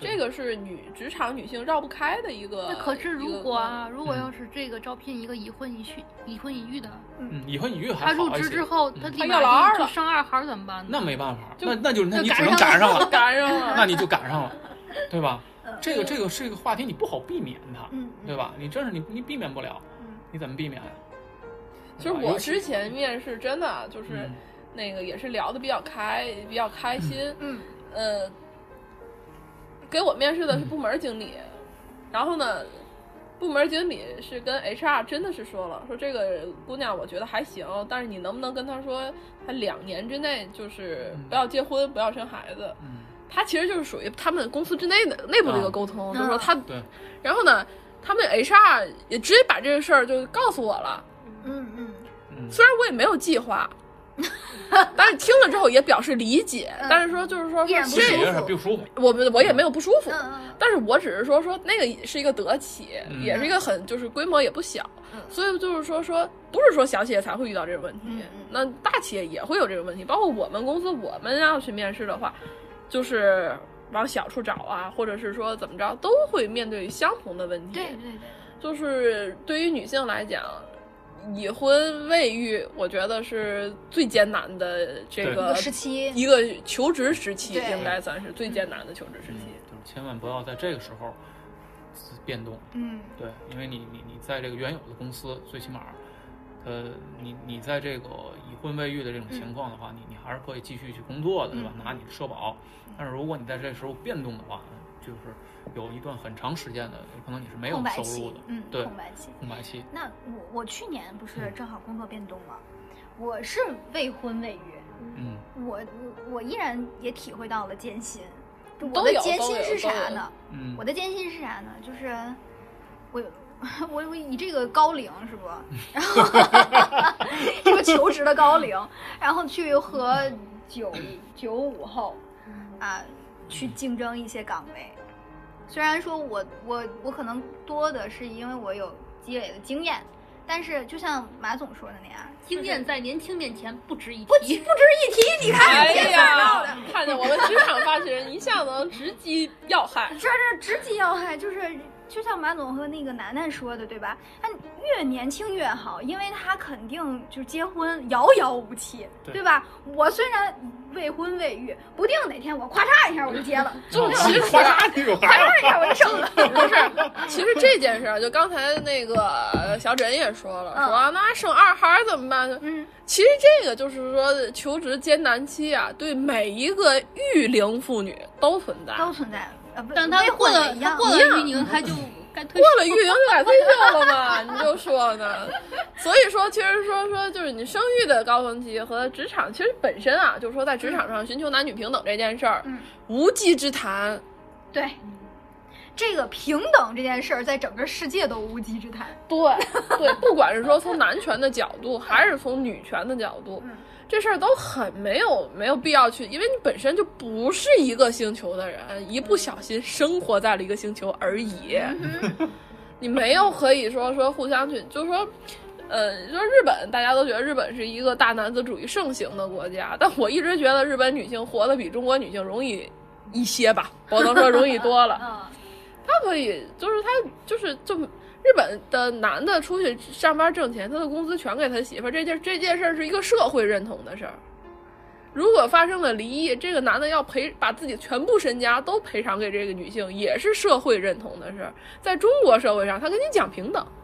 这个是女职场女性绕不开的一个。 那可是如果啊，如果嗯要是这个招聘一个已婚已育、已婚已育的， 嗯，已婚已育还他入好一些职之后，他嗯立马他要老二了就就生二孩怎么办呢？ 那没办法， 就那那就那你只赶上能赶上了， 赶上了， 那你就赶上了，对吧？ 嗯这个这个是一个话题，你不好避免它， 嗯对吧？你真是你你避免不了， 嗯你怎么避免呀？ 其实我之前面试真的就是嗯那个也是聊的比较开，比较开心。 嗯呃，给我面试的是部门经理，然后呢，部门经理是跟 H R 真的是说了，说这个姑娘我觉得还行，但是你能不能跟她说，她两年之内就是不要结婚，不要生孩子。 嗯， 他其实就是属于他们公司之内的内部的一个沟通， 啊就是说他， 对， 然后呢，他们 H R 也直接把这个事儿就告诉我了， 嗯嗯嗯， 虽然我也没有计划，但是听了之后也表示理解， 嗯但是说就是说依然不这舒服有点不舒服， 我们我也没有不舒服， 嗯但是我只是说说那个是一个德企， 嗯也是一个很就是规模也不小， 嗯所以就是说说不是说小企业才会遇到这个问题， 嗯嗯那大企业也会有这个问题，包括我们公司我们要去面试的话，就是往小处找啊，或者是说怎么着，都会面对相同的问题。 对对对， 就是对于女性来讲，已婚未育，我觉得是最艰难的这一个个时期， 一个求职时期， 对应该算是最艰难的求职时期。 嗯就是千万不要在这个时候变动， 嗯对，因为你你你在这个原有的公司，最起码，呃，你你在这个已婚未育的这种情况的话，你你还是可以继续去工作的，对吧？ 嗯拿你的社保，但是如果你在这时候变动的话，就是有一段很长时间的，有可能你是没有空白收入期的，， 嗯， 对， 空白期。 空白期， 那我我去年不是正好工作变动吗？我是未婚未育， 嗯我我我依然也体会到了艰辛。我都有的艰辛都有都有是啥呢？ 嗯我的艰辛是啥呢？就是我我我以这个高龄是不？然后这个求职的高龄，然后去和九九五后啊去竞争一些岗位。虽然说我我我可能多的是因为我有积累的经验，但是就像马总说的那样， 经验在年轻面前不值一不提。 不值一提。你看哎这事儿闹的。 呀，看见我们职场发起人一向能直击要害。 这这直击要害，就是就像马总和那个楠楠说的，对吧？他越年轻越好，因为他肯定就结婚遥遥无期， 对对吧？我虽然未婚未育，不定哪天我咔嚓一下我就结了， 就对吧其实哗嚓就有孩咔子， 嚓一下我就生了。 不是，其实这件事儿，就刚才那个小枕也说了， 嗯说啊那生二孩儿怎么办呢？ 嗯， 其实这个就是说，求职艰难期啊，对每一个育龄妇女都存在。 都存在。呃，不但他未过了他婚也一样过了一样育龄，他就该退过了育龄就该退休了嘛，你就说呢。所以说，其实说说就是你生育的高峰期和职场，其实本身啊，就是说在职场上寻求男女平等这件事儿， 嗯无稽之谈。 对。这个平等这件事儿，在整个世界都无稽之谈。 对对，不管是说从男权的角度，还是从女权的角度， 嗯这事儿都很没有没有必要去，因为你本身就不是一个星球的人，一不小心生活在了一个星球而已，你没有可以说说互相去，就是说。呃，说日本，大家都觉得日本是一个大男子主义盛行的国家，但我一直觉得日本女性活得比中国女性容易一些吧，不能说容易多了。 嗯他可以，就是他就是就日本的男的出去上班挣钱，他的工资全给他媳妇儿，这件这件事儿是一个社会认同的事儿。如果发生了离异，这个男的要赔把自己全部身家都赔偿给这个女性，也是社会认同的事儿。在中国社会上，他跟你讲平等，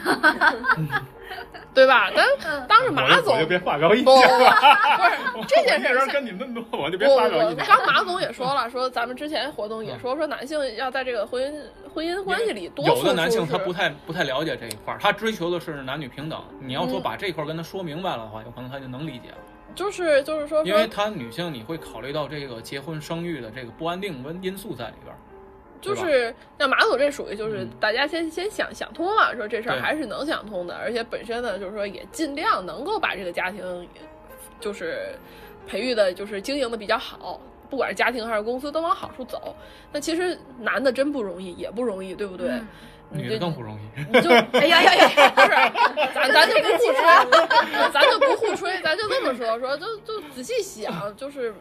对吧？但当着马总我就别发表意不见不了。 不是这件事儿我跟你那么多，我就别不不， 发表意见。 刚马总也说了，说咱们之前活动也说，说男性要在这个婚姻婚姻关系里多付出。 有的男性他不太不太了解这一块儿，他追求的是男女平等。你要说把这一块儿跟他说明白了的话，有可能他就能理解了。 就是就是说， 因为他女性你会考虑到这个结婚生育的这个不安定因因素在里边儿。 就是像马总这属于就是嗯大家先先想想通了，说这事儿对还是能想通的，而且本身呢就是说也尽量能够把这个家庭就是培育的，就是经营的比较好，不管是家庭还是公司都往好处走。那其实男的真不容易，也不容易，对不对？ 嗯你这女的更不容易。 你就哎呀呀呀，不是，咱咱就不互吹，咱就不互吹，咱就这么说说，就就仔细想，就是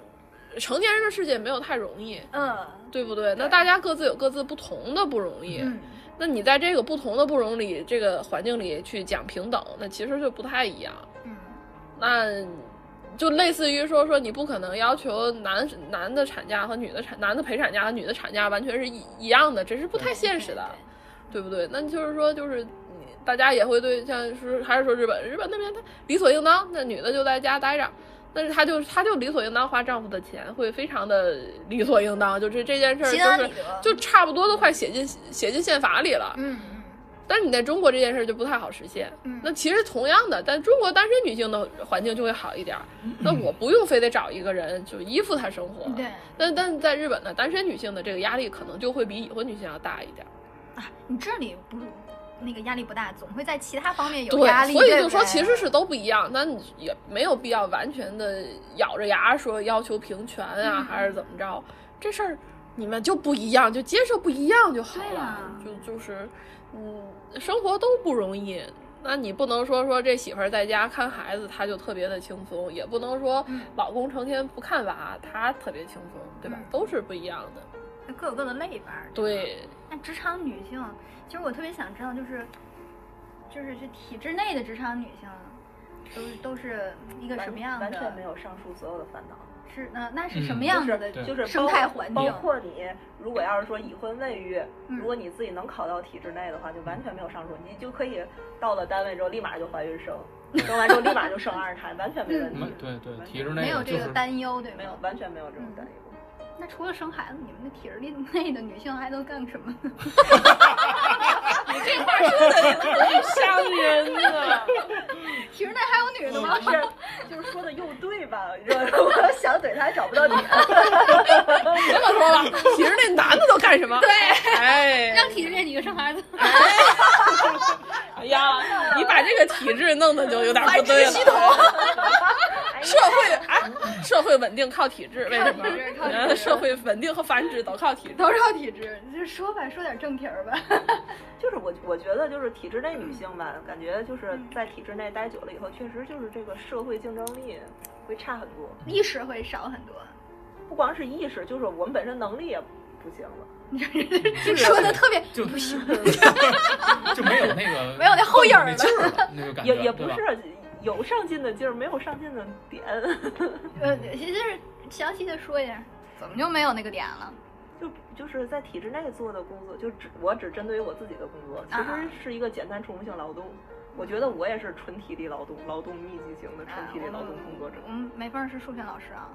成年人的世界没有太容易， 嗯， 对不对？那大家各自有各自不同的不容易。 嗯， 那你在这个不同的不容易这个环境里去讲平等，那其实就不太一样。 嗯， 那就类似于说说你不可能要求男男的产假和女的产男的陪产假和女的产假完全是一一样的，这是不太现实的，对不对？那就是说就是大家也会对像是还是说日本日本那边他理所应当，那女的就在家待着。但是他就他就理所应当花丈夫的钱，会非常的理所应当，就这这件事儿就是就差不多都快写进写进宪法里了。 嗯嗯。 但是你在中国这件事就不太好实现。 嗯。 那其实同样的，但中国单身女性的环境就会好一点。嗯、那我不用非得找一个人就依附她生活。 对。 但但在日本呢，单身女性的这个压力可能就会比已婚女性要大一点。 啊，你这里不是？那个压力不大，总会在其他方面有压力。 对，所以就说其实是都不一样，但你也没有必要完全的咬着牙说要求平权啊，嗯、还是怎么着？这事儿你们就不一样，就接受不一样就好了。啊、就就是，嗯，生活都不容易。那你不能说说这媳妇儿在家看孩子，她就特别的轻松，也不能说老公成天不看娃，他特别轻松，对吧？嗯、都是不一样的， 各有各的类吧。 对。 那职场女性。其实我特别想知道，就是，就是这体制内的职场女性，都是都是一个什么样的？ 完全没有上述所有的烦恼。 是，那那是什么样子的？ 嗯、就是生态环境。 包括你，如果要是说已婚未育，嗯、如果你自己能考到体制内的话，就完全没有上述，你就可以到了单位之后立马就怀孕生，生完之后立马就生二胎，完全没问题。 嗯、对对，体制内没有这个担忧，对吗？ 没有，完全没有这种担忧。 嗯那除了生孩子，你们的体制内的女性还都干什么呢？ 你这话说的多伤人啊！ 体制内还有女的吗？ 是，就是说的又对吧？我想怼他还找不到点。 这么说吧，体制内男的都干什么？ 对， 哎， 让体制内女的生孩子。 哎呀，你把这个体制弄得就有点不对了。 系统。 社会哎，社会稳定靠体制，为什么？社会稳定和繁殖都靠体制， 都是靠体制。你就说吧，说点正题儿吧。 就是我我觉得就是体制内女性吧，感觉就是在体制内待久了以后，确实就是这个社会竞争力会差很多， 意识会少很多。 不光是意识，就是我们本身能力也不行了。 就说的特别就不行， 就没有那个没有那后影了， 那个感觉也也不是。有上进的劲儿，没有上进的点。 呃，其实详细的说一下，怎么就没有那个点了？ 就就是在体制内做的工作，就只我只针对于我自己的工作，其实是一个简单重复性劳动。啊、我觉得我也是纯体力劳动、劳动密集型的纯体力劳动工作者。 我们梅凤是数学老师啊。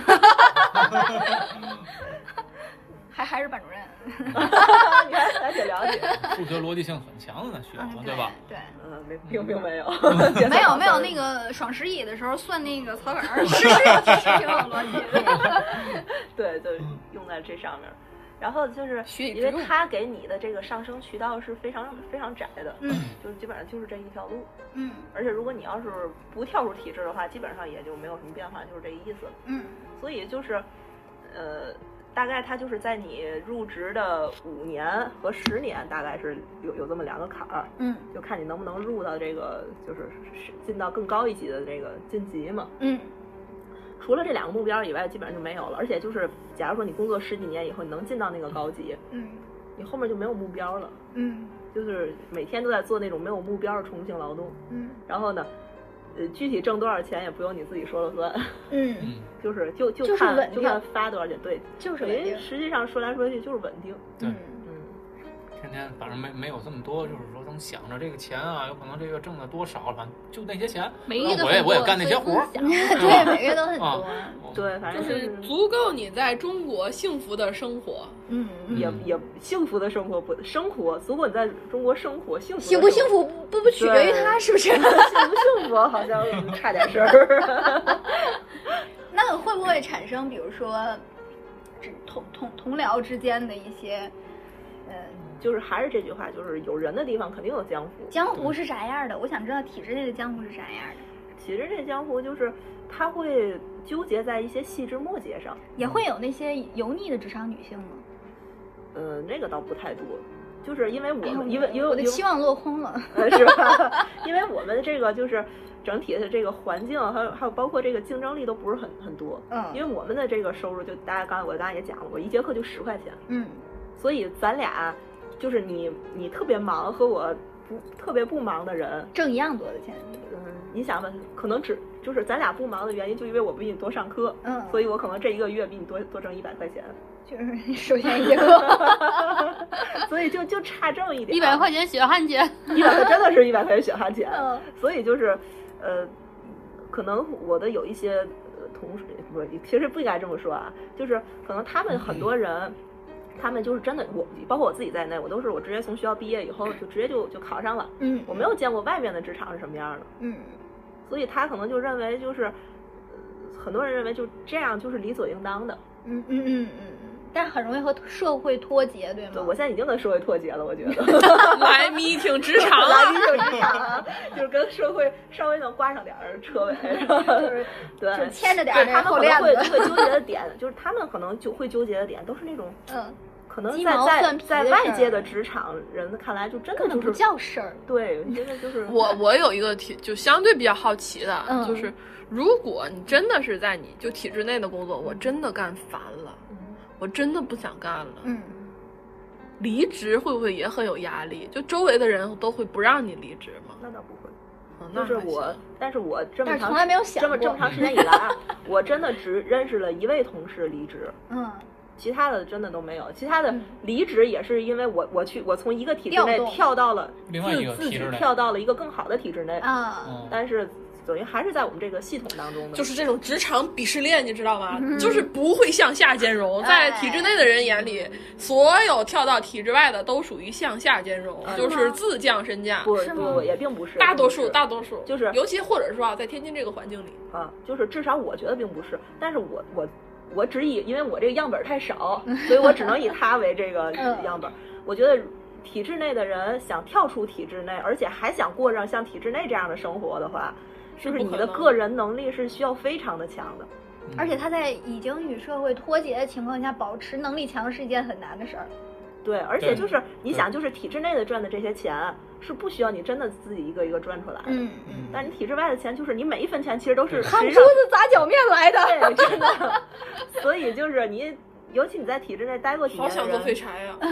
还还是班主任， 你还了解了解， 数学逻辑性很强的学校， 嗯、 对吧？ 对， 嗯，没并并没有， 没有没有那个双十一的时候算那个草稿，是是是挺有逻辑的。 对对，用在这上面。然后就是因为他给你的这个上升渠道是非常非常窄的，嗯，就是基本上就是这一条路， 嗯， 而且如果你要是不跳入体制的话，基本上也就没有什么变化，就是这意思， 嗯， 所以就是，呃。大概它就是在你入职的五年和十年，大概是有有这么两个坎儿， 嗯， 就看你能不能入到这个，就是进到更高一级的这个晋级嘛， 嗯。 除了这两个目标以外，基本上就没有了。而且就是，假如说你工作十几年以后，你能进到那个高级， 嗯， 你后面就没有目标了， 嗯， 就是每天都在做那种没有目标的重复性劳动， 嗯， 然后呢。呃，具体挣多少钱也不用你自己说了算， 嗯， 就是就就看就是稳定， 就看发多少钱，对， 就是稳定。 实际上说来说去就是稳定， 对， 嗯嗯， 天天反正没没有这么多，就是说能想着这个钱啊，有可能这个挣的多少，反正就那些钱， 每个月我也我也干那些活儿， 对，每个月都很多， 啊、 对，反正就是、就是足够你在中国幸福的生活。 嗯， 也也幸福的生活不生活，足够你在中国生活幸福幸不幸福不不取决于他是不是幸不幸福，好像差点事儿。 那会不会产生，比如说同同同僚之间的一些，呃， 就是还是这句话，就是有人的地方肯定有江湖。 江湖是啥样的？我想知道体制内的江湖是啥样的。 体制内江湖就是他会纠结在一些细枝末节上， 也会有那些油腻的职场女性吗？ 嗯，那个倒不太多，就是因为我们、 哎、 因为因为我的期望落空了， 呃，是吧？因为我们这个就是整体的这个环境，还有还有包括这个竞争力都不是很很多。 嗯， 因为我们的这个收入就大家刚才我刚才也讲了，我一节课就十块钱。 嗯， 所以咱俩就是你你特别忙和我不特别不忙的人挣一样多的钱。 嗯，你想吧，可能只就是咱俩不忙的原因，就因为我比你多上课， 嗯， 所以我可能这一个月比你多多挣一百块钱， 就是首先一节课， 所以就就差这么一点， 一百块钱血汗钱， 一百块真的是一百块钱血汗钱， 嗯， 所以就是呃，可能我的有一些呃同事不，其实不应该这么说啊，就是可能他们很多人。他们就是真的，我包括我自己在内，我都是我直接从学校毕业以后就直接就就考上了， 嗯， 我没有见过外面的职场是什么样的， 嗯， 所以他可能就认为就是，呃、很多人认为就这样就是理所应当的， 嗯嗯嗯嗯，但很容易和社会脱节，对吗？ 对，我现在已经跟社会脱节了，我觉得。 来 meeting 职场啊， 来 meeting 职场啊，就是跟社会稍微能挂上点儿车尾，是吧？ 就是对， 就牵着点儿。他们可能会会纠结的点，就是他们可能就会纠结的点都是那种， 嗯。 可能在在在外界的职场人看来，就真的就是不叫事儿。 对，真的就是我我有一个体就相对比较好奇的， 嗯、 就是如果你真的是在你就体制内的工作，我真的干烦了， 嗯、 我真的不想干了， 嗯， 离职会不会也很有压力？就周围的人都会不让你离职吗？ 那倒不会。 嗯、 就是我，但是我这么长从来没有想这么这么长时间以来，我真的只认识了一位同事离职。 嗯。 其他的真的都没有，其他的离职也是因为我我去我从一个体制内跳到了另外一个体制内，跳到了一个更好的体制内啊。 嗯、 但是等于还是在我们这个系统当中的， 就是这种职场鄙视链，你知道吗？嗯、就是不会向下兼容，在体制内的人眼里，哎、所有跳到体制外的都属于向下兼容，嗯、就是自降身价。 不不也并不是， 大多数大多数就是尤其或者说啊，在天津这个环境里啊，就是至少我觉得并不是，但是我我。我只以，因为我这个样本太少，所以我只能以它为这个样本。我觉得体制内的人想跳出体制内，而且还想过上像体制内这样的生活的话，就是你的个人能力是需要非常的强的。 而且他在已经与社会脱节的情况下，保持能力强是一件很难的事儿。 对，而且就是你想，就是体制内的赚的这些钱是不需要你真的自己一个一个赚出来的， 嗯嗯。但你体制外的钱，就是你每一分钱其实都是看珠子砸脚面来的， 对，真的。所以就是你，尤其你在体制内待过几年的人， 好想做废柴呀！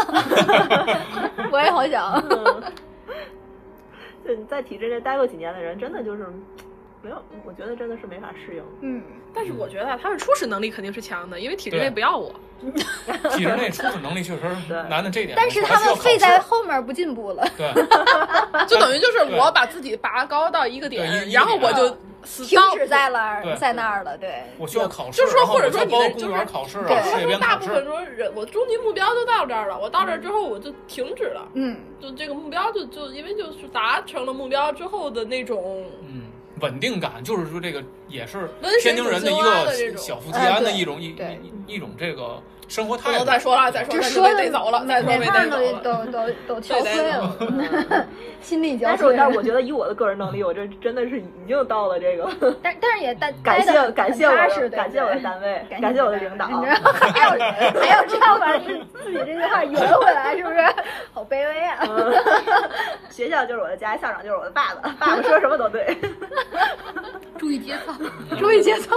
我也好想。 嗯、就你在体制内待过几年的人，真的就是没有，我觉得真的是没法适应。 嗯， 但是我觉得他们初始能力肯定是强的，因为体制内不要我。 体制内初始能力确实难的这点， 但是他们废在后面不进步了。 对， 就等于就是我把自己拔高到一个点，然后我就停止在了在那儿了。对， 我需要考试， 就是说或者说你的公务员考试， 对，说大部分说人我终极目标就到这儿了，我到这儿之后我就停止了。 嗯， 就这个目标就就因为就是达成了目标之后的那种嗯。稳定感，就是说这个也是天津人的一个小富即安的一种一一一种这个生活态度。 不能再说了，再说这说的得走了，再说每趟都都都都憔悴了，心力交瘁。 但是但是我觉得以我的个人能力，我这真的是已经到了这个。 但但是也待感谢感谢我的感谢我的单位，感谢我的领导。 还有还有这样把自己这句话圆回来，是不是？好卑微啊！ 学校就是我的家，校长就是我的爸爸，爸爸说什么都对。 注意节操， 注意节操。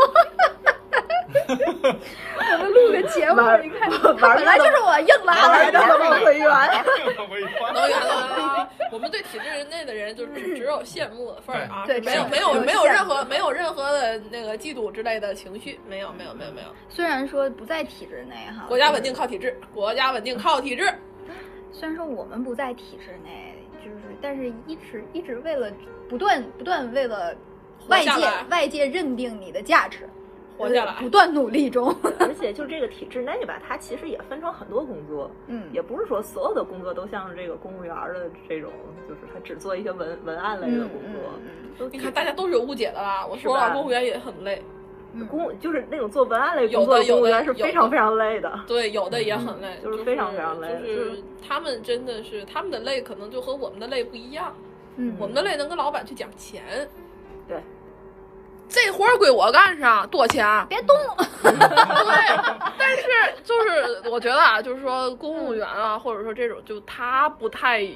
我们录个节目，你看，他本来就是我硬拉来的， 往回圆， 能圆了。我们对体制内的人就是只有羡慕的份儿啊， 对， 没有没有没有任何没有任何的那个嫉妒之类的情绪，没有没有没有没有。 虽然说不在体制内哈， 国家稳定靠体制，国家稳定靠体制。 虽然说我们不在体制内，就是但是一直一直为了不断不断为了外界外界认定你的价值。 活下来， 不断努力中。 而且就这个体制内吧，它其实也分成很多工作， 嗯， 也不是说所有的工作都像这个公务员的这种，就是他只做一些文文案类的工作。 嗯嗯、 你看大家都是有误解的啦，我说了，公务员也很累。 公就是那种做文案类工作的公务员是非常非常累的。 对，有的也很累， 嗯、就是非常非常累。 就是他们真的是他们的累，可能就和我们的累不一样。 嗯， 我们的累能跟老板去讲钱。 对。 这活儿归我干上，多钱？ 别动。 对，但是就是我觉得啊，就是说公务员啊，或者说这种，就他不太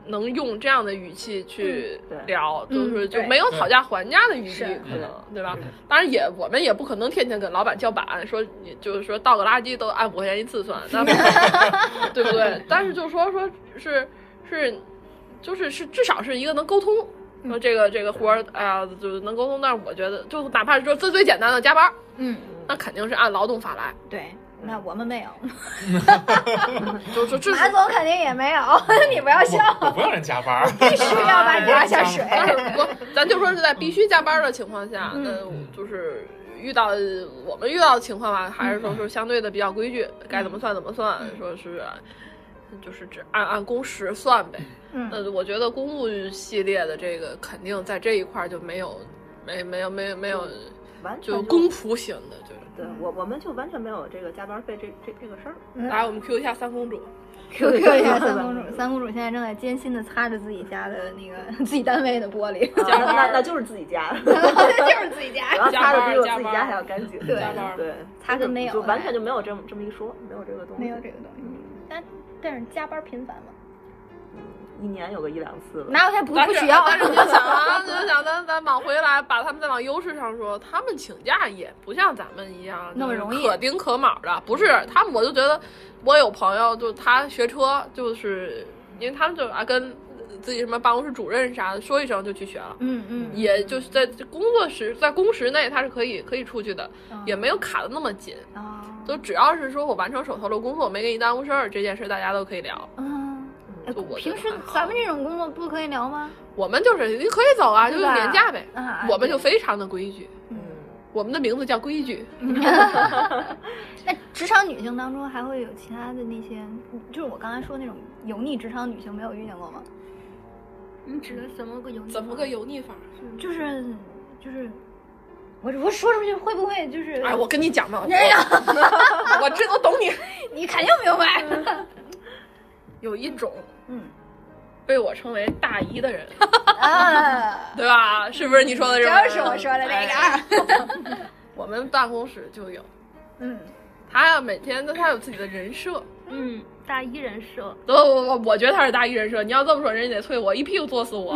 能用这样的语气去聊， 嗯、 就是就没有讨价还价的语气，可能对吧？当然也我们也不可能天天跟老板叫板，说你就是说倒个垃圾都按五块钱一次算，那对不对？但是就说说是是就是是至少是一个能沟通。说这个这个活儿，哎呀，就是能沟通，但是我觉得，就哪怕是说最最简单的加班， 嗯， 那肯定是按劳动法来。 对，那我们没有， 就是这马总肯定也没有，你不要笑， 我不让人加班， 必须要把你拉下水。 但是不，咱就说是在必须加班的情况下， 嗯、 那就是遇到我们遇到的情况吧，还是说是相对的比较规矩，嗯、该怎么算怎么算，嗯、说是。就是只按按工时算呗， 嗯， 那我觉得公务系列的这个肯定在这一块就没有，没没有没有没有， 完全就公仆型的，就是对我我们就完全没有这个加班费这这这个事儿。 嗯、 来，我们 Q 一下三公主 ，Q Q 一下三公主，三公主现在正在艰辛的擦着自己家的那个自己单位的玻璃， 啊、那那就是自己家， 就是自己家， 然后擦的比我自己家还要干净， 对对， 擦跟没有， 就完全就没有这么这么一说，没有这个东西， 没有这个东西，但。但是加班频繁吗？ 一年有个一两次吧。 那我现在不不需要。 但是你就想啊，你就想咱咱往回来，把他们再往优势上说，他们请假也不像咱们一样那么容易， 可丁可卯的。不是他们，我就觉得我有朋友，就他学车，就是因为他们就啊跟自己什么办公室主任啥的说一声就去学了。 嗯嗯。 也就是在工作时，在工时内他是可以可以出去的， 嗯、 也没有卡的那么紧。 哦。 就只要是说我完成手头的工作，没给你耽误事儿，这件事大家都可以聊。 嗯， 就我平时咱们这种工作不可以聊吗？ 我们就是你可以走啊，就是年假呗。 啊， 我们就非常的规矩。 嗯， 我们的名字叫规矩。 那职场女性当中还会有其他的那些，就是我刚才说那种油腻职场女性，没有遇见过吗？ 你指的怎么个油腻？ 怎么个油腻法？ 就是就是。我我说出去会不会就是？ 哎，我跟你讲嘛，我我这都懂你， 你肯定明白。 有一种， 嗯， 被我称为大姨的人， 啊， 对吧？是不是你说的这个？就是我说的那个。 我们办公室就有， 嗯， 他呀每天他有自己的人设， 嗯，大姨人设。 我我我觉得他是大姨人设，你要这么说，人家得催我一屁股坐死我。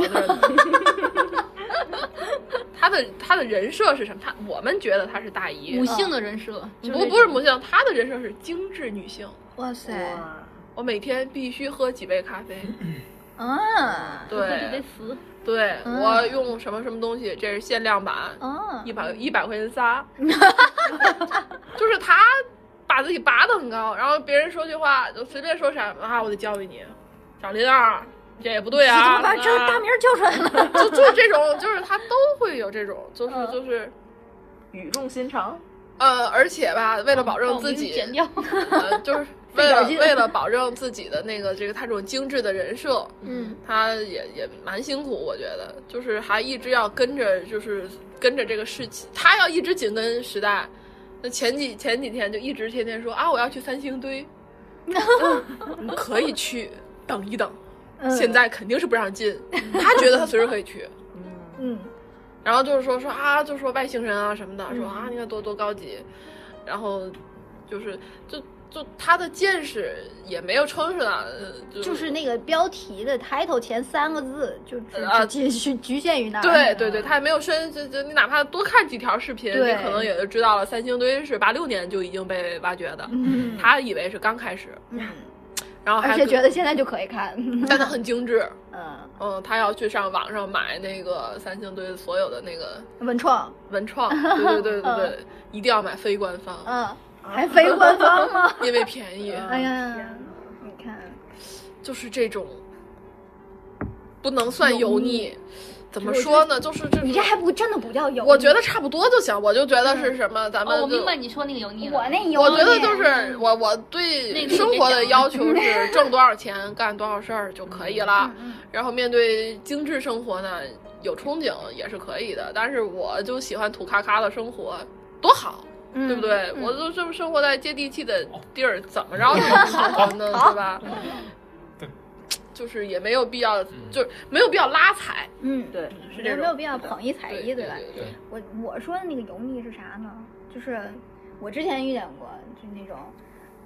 他的他的人设是什么？他我们觉得他是大姨， 母性的人设， 不不是母性，他的人设是精致女性。 哇塞！ 我每天必须喝几杯咖啡。 啊， 对， 喝几杯死。 对、嗯、我用什么什么东西，这是限量版， 哦， 一百一百块钱仨。就是他把自己拔得很高，然后别人说句话就随便说啥啊，我得教育你，小林啊。这也不对啊！ 怎么把这大名叫出来了？ 就就是这种，就是他都会有这种，就是、嗯、就是语重心长。 呃，而且吧，为了保证自己， 剪掉， 呃，就是为了为了保证自己的那个这个他这种精致的人设， 嗯， 他也也蛮辛苦，我觉得，就是还一直要跟着，就是跟着这个事情，他要一直紧跟时代。那前几前几天就一直天天说啊，我要去三星堆，你可以去，等一等。现在肯定是不让进，他觉得他随时可以去， 嗯， 然后就是说说啊，就说外星人啊什么的，说啊你看多多高级，然后就是就就他的见识也没有称上，就, 就是那个标题的抬头前三个字就啊局局限于那儿， 对对对，他也没有深，就就你哪怕多看几条视频，你可能也就知道了，三星堆是八六年就已经被挖掘的， 嗯， 他以为是刚开始， 嗯。 然后还而且觉得现在就可以看， 但它很精致。 嗯嗯，他要去上网上买那个三星堆所有的那个文创， 文创，对对对对对，嗯、一定要买非官方。 嗯，还非官方吗？ 因为便宜。 哎呀，你看， 就是这种，不能算油腻。怎么说呢？就是这， 你这还不真的不叫油腻。 我觉得差不多就行。我就觉得是什么，嗯、咱们、 哦、我明白你说那个油腻了。 我那油腻， 我觉得就是我我对生活的要求是挣多少钱干多少事儿就可以了。 嗯、 然后面对精致生活呢，有憧憬也是可以的。但是我就喜欢土咔咔的生活，多好， 嗯、 对不对？ 嗯、 我就这么生活在接地气的地儿，怎么着就好呢？对吧？就是也没有必要，嗯、就是没有必要拉踩， 嗯， 对， 是这种， 没有必要捧一踩一， 对吧？ 对对对我我说的那个油腻是啥呢？就是我之前遇见过，就那种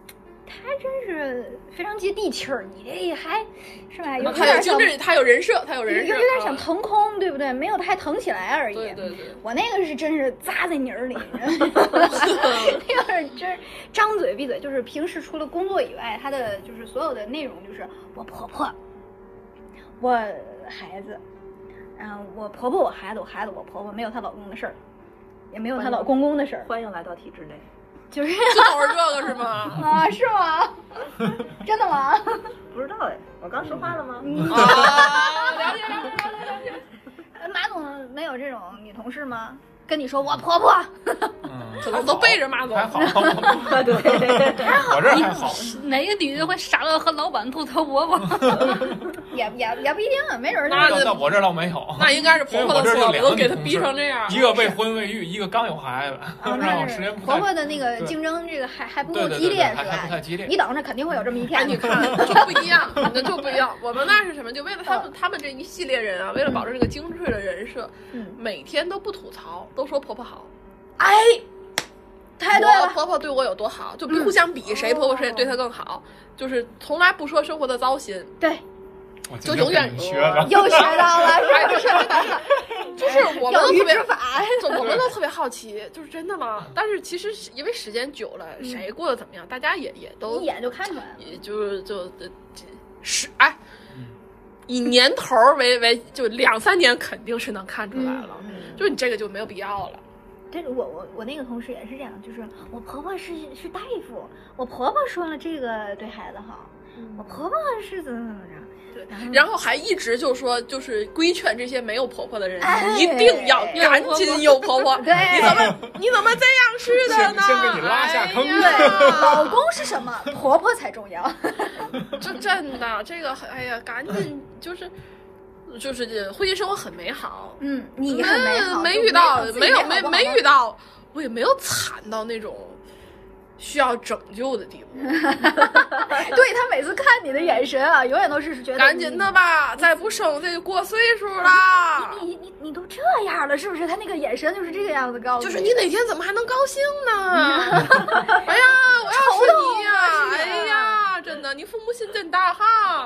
他真是非常接地气儿，你这还是吧？有他有精致，他有人设，他有人设， 有点想腾空，对不对？没有太腾起来而已。 对对对， 我那个是真是扎在泥儿里，那个真张嘴闭嘴，就是平时除了工作以外，他的就是所有的内容就是我婆婆，我孩子，然后我婆婆，我孩子，我孩子，我婆婆，没有她老公的事儿，也没有她老公公的事儿。 欢迎来到体制内。 就是就都是这个是吗？ 啊，是吗？真的吗？ 不知道哎，我刚说话了吗？ 啊，了解了解了解了解。 马总没有这种女同事吗？跟你说我婆婆， 嗯， 可能都背着马总。 还好， 对， 我这还好。 哪个女人会傻到和老板吐槽我吧？ 也也也不一定啊，没准儿。 那那我这倒没有。 那应该是婆婆的错，都给她逼成这样。 一个未婚未育，一个刚有孩子，让我时间不太。 婆婆的那个竞争，这个还还不够激烈，是吧？ 还不太激烈。 你等着，肯定会有这么一天。 你看，就不一样，那就不一样。我们那是什么？就为了他们，他们这一系列人啊，为了保证这个精致的人设，每天都不吐槽，都说婆婆好。 哎，太对了！ 婆婆对我有多好，就不互相比谁婆婆谁对她更好，就是从来不说生活的糟心。 对。 就永远学的， 又学到了， 哎，是的，是的，就是我们都特别，就我们都特别好奇，就是真的吗？但是其实因为时间久了，谁过得怎么样，大家也也都一眼就看出来了， 也就就是哎，以年头为为，就两三年肯定是能看出来了，就是你这个就没有必要了。 这我我我那个同事也是这样，就是我婆婆是是大夫，我婆婆说了这个对孩子好，我婆婆是怎么怎么着。 对，然后还一直就说，就是规劝这些没有婆婆的人，哎、一定要赶紧有婆婆。 对， 你怎么你怎么这样似的呢？ 先先给你拉下坑。 对，老公是什么，婆婆才重要。 这真的，这个哎呀，赶紧就是就是婚姻生活很美好。 嗯，你很美好， 嗯、没遇到，没有没没遇到，我也没有惨到那种。需要拯救的地步。 对，他每次看你的眼神啊，永远都是觉得赶紧的吧，再不生这就过岁数了。 你你你你都这样了，是不是？他那个眼神就是这个样子，告诉就是你哪天怎么还能高兴呢？哎呀，我要是你呀、啊，哎呀，真的，你父母心真大哈。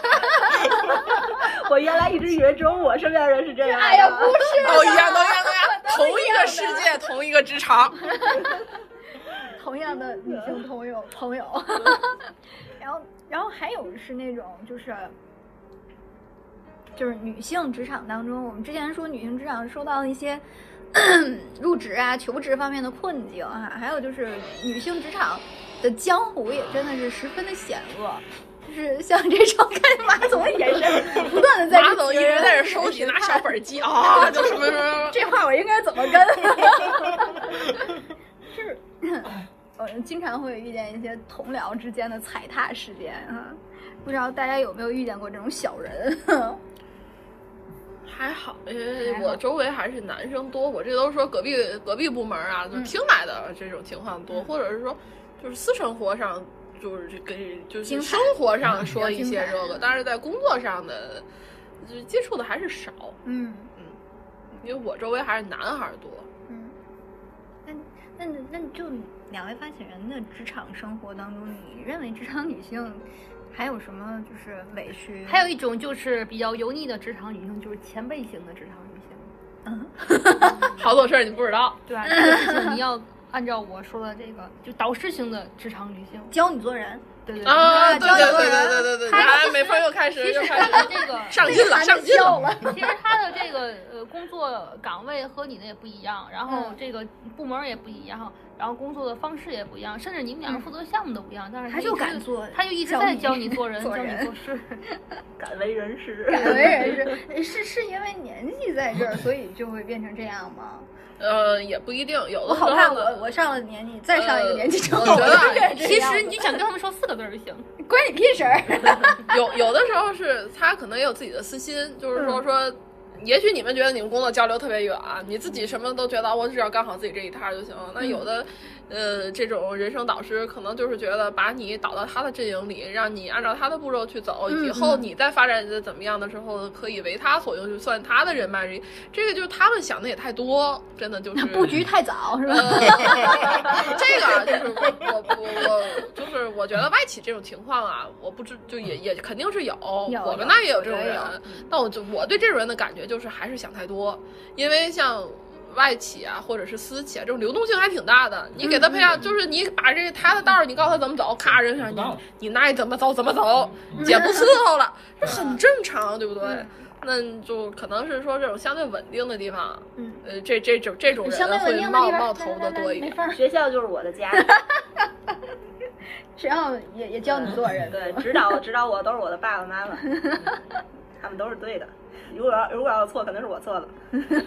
我原来一直以为只有我身边人是这样。 哎呀，不是， 都一样，都一样，都一样，同一个世界，同一个职场。 同样的女性朋友朋友，然后然后还有是那种就是就是女性职场当中，我们之前说女性职场受到一些入职啊、求职方面的困境啊，还有就是女性职场的江湖也真的是十分的险恶。就是像这种，看见马总的眼神不断的在， 马总一直在这收集，拿小本记啊，就什么什么。 这话我应该怎么跟？是。我经常会遇见一些同僚之间的踩踏事件啊，不知道大家有没有遇见过这种小人？ 还好，因为我周围还是男生多，我这都说隔壁隔壁部门啊，就听来的这种情况多，嗯、或者是说就是私生活上，就是这个就是生活上说一些这个，但是在工作上的就接触的还是少。 嗯嗯，因为我周围还是男孩多。 嗯，那那那就。两位发起人的职场生活当中，你认为职场女性还有什么就是委屈？ 还有一种就是比较油腻的职场女性，就是前辈型的职场女性。 嗯， 好多事儿你不知道， 对吧？这个事情你要按照我说的这个，就导师型的职场女性， 教你做人。 对对啊，对对对对对对对，他美芬又开始又开始这个上进了，上进了。 其实他的这个呃工作岗位和你的也不一样，然后这个部门也不一样，然后工作的方式也不一样，甚至你们两个负责的项目都不一样，但是他就敢做， 他就一直在教你做人，教你做事， 敢为人师， 敢为人师，是是因为年纪在这儿，所以就会变成这样吗？ 呃，也不一定，有的我好怕我我上了年纪，再上一个年纪之后， 我觉得其实你想跟他们说四个字就行， 关你屁事儿。 有有的时候是他可能也有自己的私心，就是说说。也许你们觉得你们工作交流特别远，你自己什么都觉得我只要干好自己这一摊就行。那有的，呃，这种人生导师可能就是觉得把你导到他的阵营里，让你按照他的步骤去走，以后你再发展的怎么样的时候，可以为他所用，就算他的人脉。这个就是他们想的也太多，真的就是布局太早，是吧？ 呃、这个就是我我我我就是我我觉得外企这种情况啊，我不知就也也肯定是有， 有我们那也有这种人， 嗯、 但我就我对这种人的感觉就是还是想太多，因为像外企啊或者是私企啊这种流动性还挺大的，你给他培养、嗯、就是你把这他的道儿你告诉他怎么走，咔人上你你那怎么走怎么走，姐不伺候了，这很正常，对不对？嗯，那就可能是说这种相对稳定的地方，嗯，呃，这这种这种人会冒冒头的多一点。 学校就是我的家， 学校也也教你做人， 对，指导指导我都是我的爸爸妈妈，他们都是对的。如果要如果要错，可能是我错了。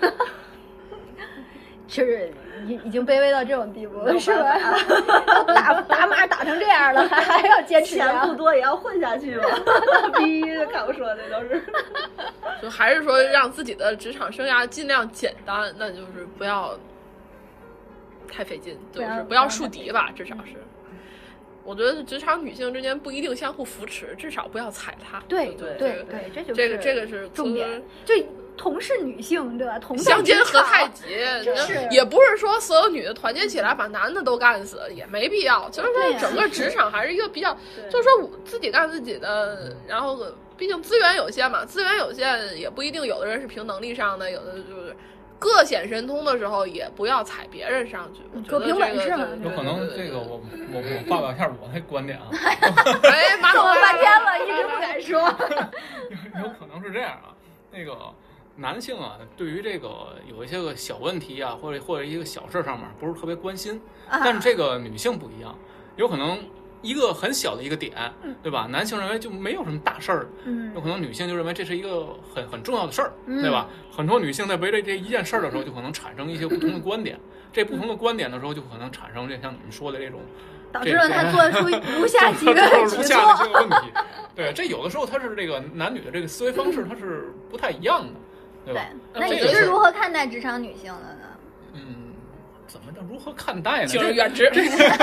就是已已经卑微到这种地步了，是吧？打打码打成这样了，还还要坚持？ 钱不多也要混下去嘛，必须看我说的都是。 就还是说让自己的职场生涯尽量简单，那就是不要太费劲，就是不要树敌吧，至少是。我觉得职场女性之间不一定相互扶持，至少不要踩踏。 对对对对，这就是这个这个是重点。就同是女性，对吧？同相煎何太急， 是也不是说所有女的团结起来把男的都干死，也没必要。就是说，整个职场还是一个比较，就是说我自己干自己的，然后毕竟资源有限嘛，资源有限也不一定，有的人是凭能力上的，有的就是各显神通的时候，也不要踩别人上去。我觉得这个有可能这个我我我发表一下我的观点啊。 哎，马说了半天了，一直不敢说。 有有可能是这样啊，那个。男性啊，对于这个有一些个小问题啊，或者或者一个小事上面不是特别关心，啊、但是这个女性不一样，有可能一个很小的一个点，嗯、对吧？男性认为就没有什么大事儿，嗯，有可能女性就认为这是一个很很重要的事儿，嗯、对吧？很多女性在围着这一件事儿的时候，就可能产生一些不同的观点，这不同的观点的时候，就可能产生这像你们说的这种。 导致了他做出如下几个如下的这个问题，对，这有的时候他是这个男女的这个思维方式，它是不太一样的。对吧？ 那你是如何看待职场女性的呢？ 嗯，怎么叫如何看待呢？ 敬而远之。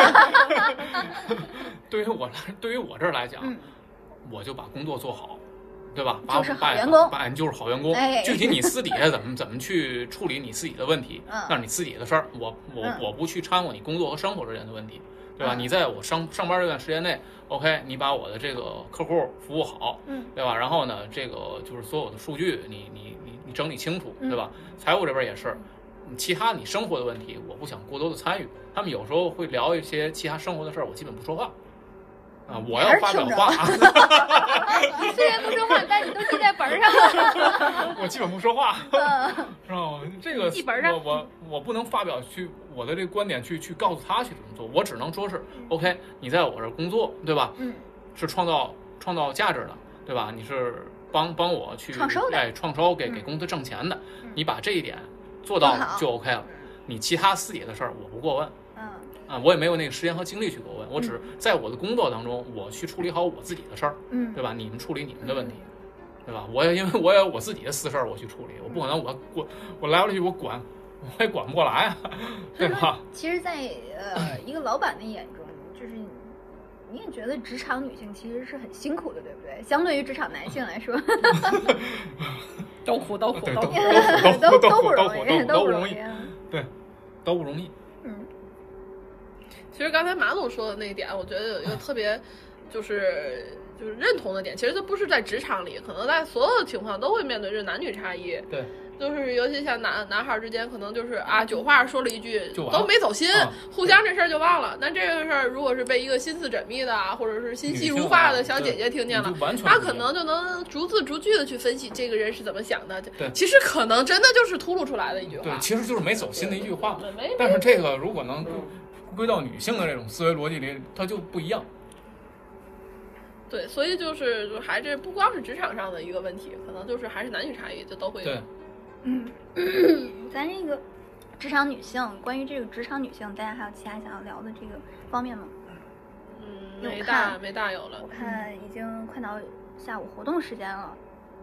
对于我来，对于我这儿来讲，嗯、我就把工作做好，对吧？把就是好员工， 把你就是好员工。哎、具体你私底下怎么怎么去处理你自己的问题，嗯、那是你自己的事儿。我我、嗯、我不去掺和你工作和生活之间的问题，对吧？嗯、你在我上上班这段时间内。OK， 你把我的这个客户服务好，嗯，对吧？然后呢，这个就是所有的数据，你你你你整理清楚，对吧？嗯、财务这边也是，其他你生活的问题，我不想过多的参与。他们有时候会聊一些其他生活的事儿，我基本不说话。啊，我要发表话。 你虽然不说话，但你都记在本上了。 我基本不说话，是吧？这个我我我不能发表去我的这个观点去去告诉他去怎么做，我只能说是 OK， 你在我这工作，对吧？嗯，是创造创造价值的，对吧？你是帮帮我去创收的， 哎，创收给给公司挣钱的，你把这一点做到了就 OK 了。你其他私底下的事儿我不过问。啊，我也没有那个时间和精力去过问，我只在我的工作当中，我去处理好我自己的事儿，嗯，对吧？你们处理你们的问题，对吧？我也因为我也有我自己的私事儿，我去处理，我不可能我我我来回去我管，我也管不过来啊，对吧？ 其实在，在呃一个老板的眼中，就是你也觉得职场女性其实是很辛苦的，对不对？相对于职场男性来说， 都苦都苦都苦都都不容易， 都不容易， 对，都不容易， 嗯。 其实刚才马总说的那一点，我觉得有一个特别就是就是认同的点，其实它不是在职场里，可能在所有的情况都会面对这男女差异。 对， 就是尤其像男男孩之间，可能就是啊，酒话说了一句都没走心， 啊、 互相这事儿就忘了。但这个事儿如果是被一个心思缜密的啊，或者是心细如发的小姐姐听见了，她可能就能逐字逐句的去分析这个人是怎么想的。 对， 其实可能真的就是秃噜出来的一句话。 对，其实就是没走心的一句话。但是这个如果能归到女性的这种思维逻辑里，它就不一样。 对，所以就是就还是不光是职场上的一个问题，可能就是还是男女差异就都会有。 对， 嗯，咱这个职场女性，关于这个职场女性，大家还有其他想要聊的这个方面吗？ 嗯，没大没大有了。 我看已经快到下午活动时间了。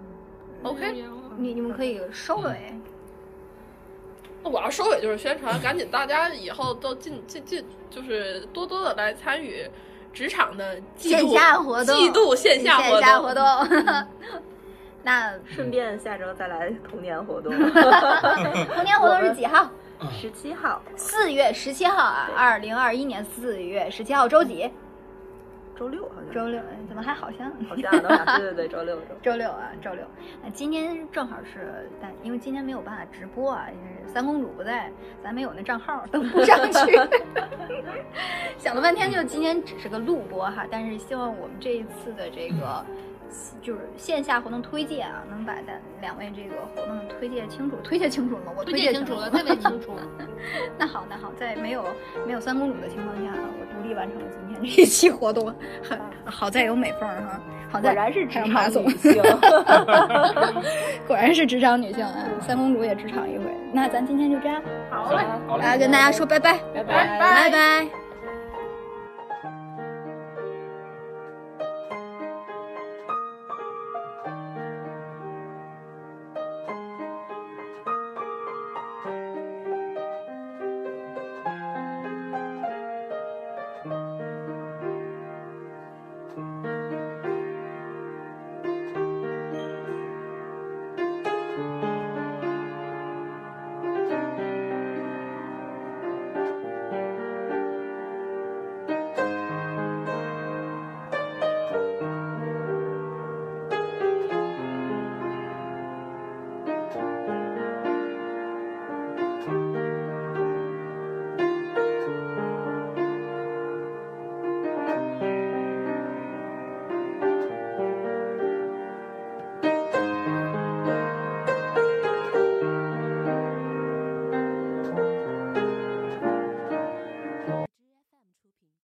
OK， 你你们可以收尾。 我要收尾就是宣传，赶紧大家以后都进进进，就是多多的来参与职场的线下活动， 季度线下活动。线下活动那顺便下周再来童年活动。 童年活动是几号？ 十七号， 四月十七号啊，二零二一年四月十七号周几？ 周六好像。 周六怎么还好像？ 好像的话，对对对，周六周。 周六啊，周六。那今天正好是，但因为今天没有办法直播啊，因为三公主不在，咱没有那账号登不上去。想了半天，就今天只是个录播哈，但是希望我们这一次的这个。就是线下活动推介啊，能把咱两位这个活动推介清楚，推介清楚了吗？我推介清楚了，特别清楚。 那好，那好，在没有没有三公主的情况下，我独立完成了今天这一期活动。好在有美凤哈，好在果然是职场马总，果然是职场女性啊！三公主也职场一回。那咱今天就这样， 好嘞， 来跟大家说拜拜， 拜拜， 拜拜。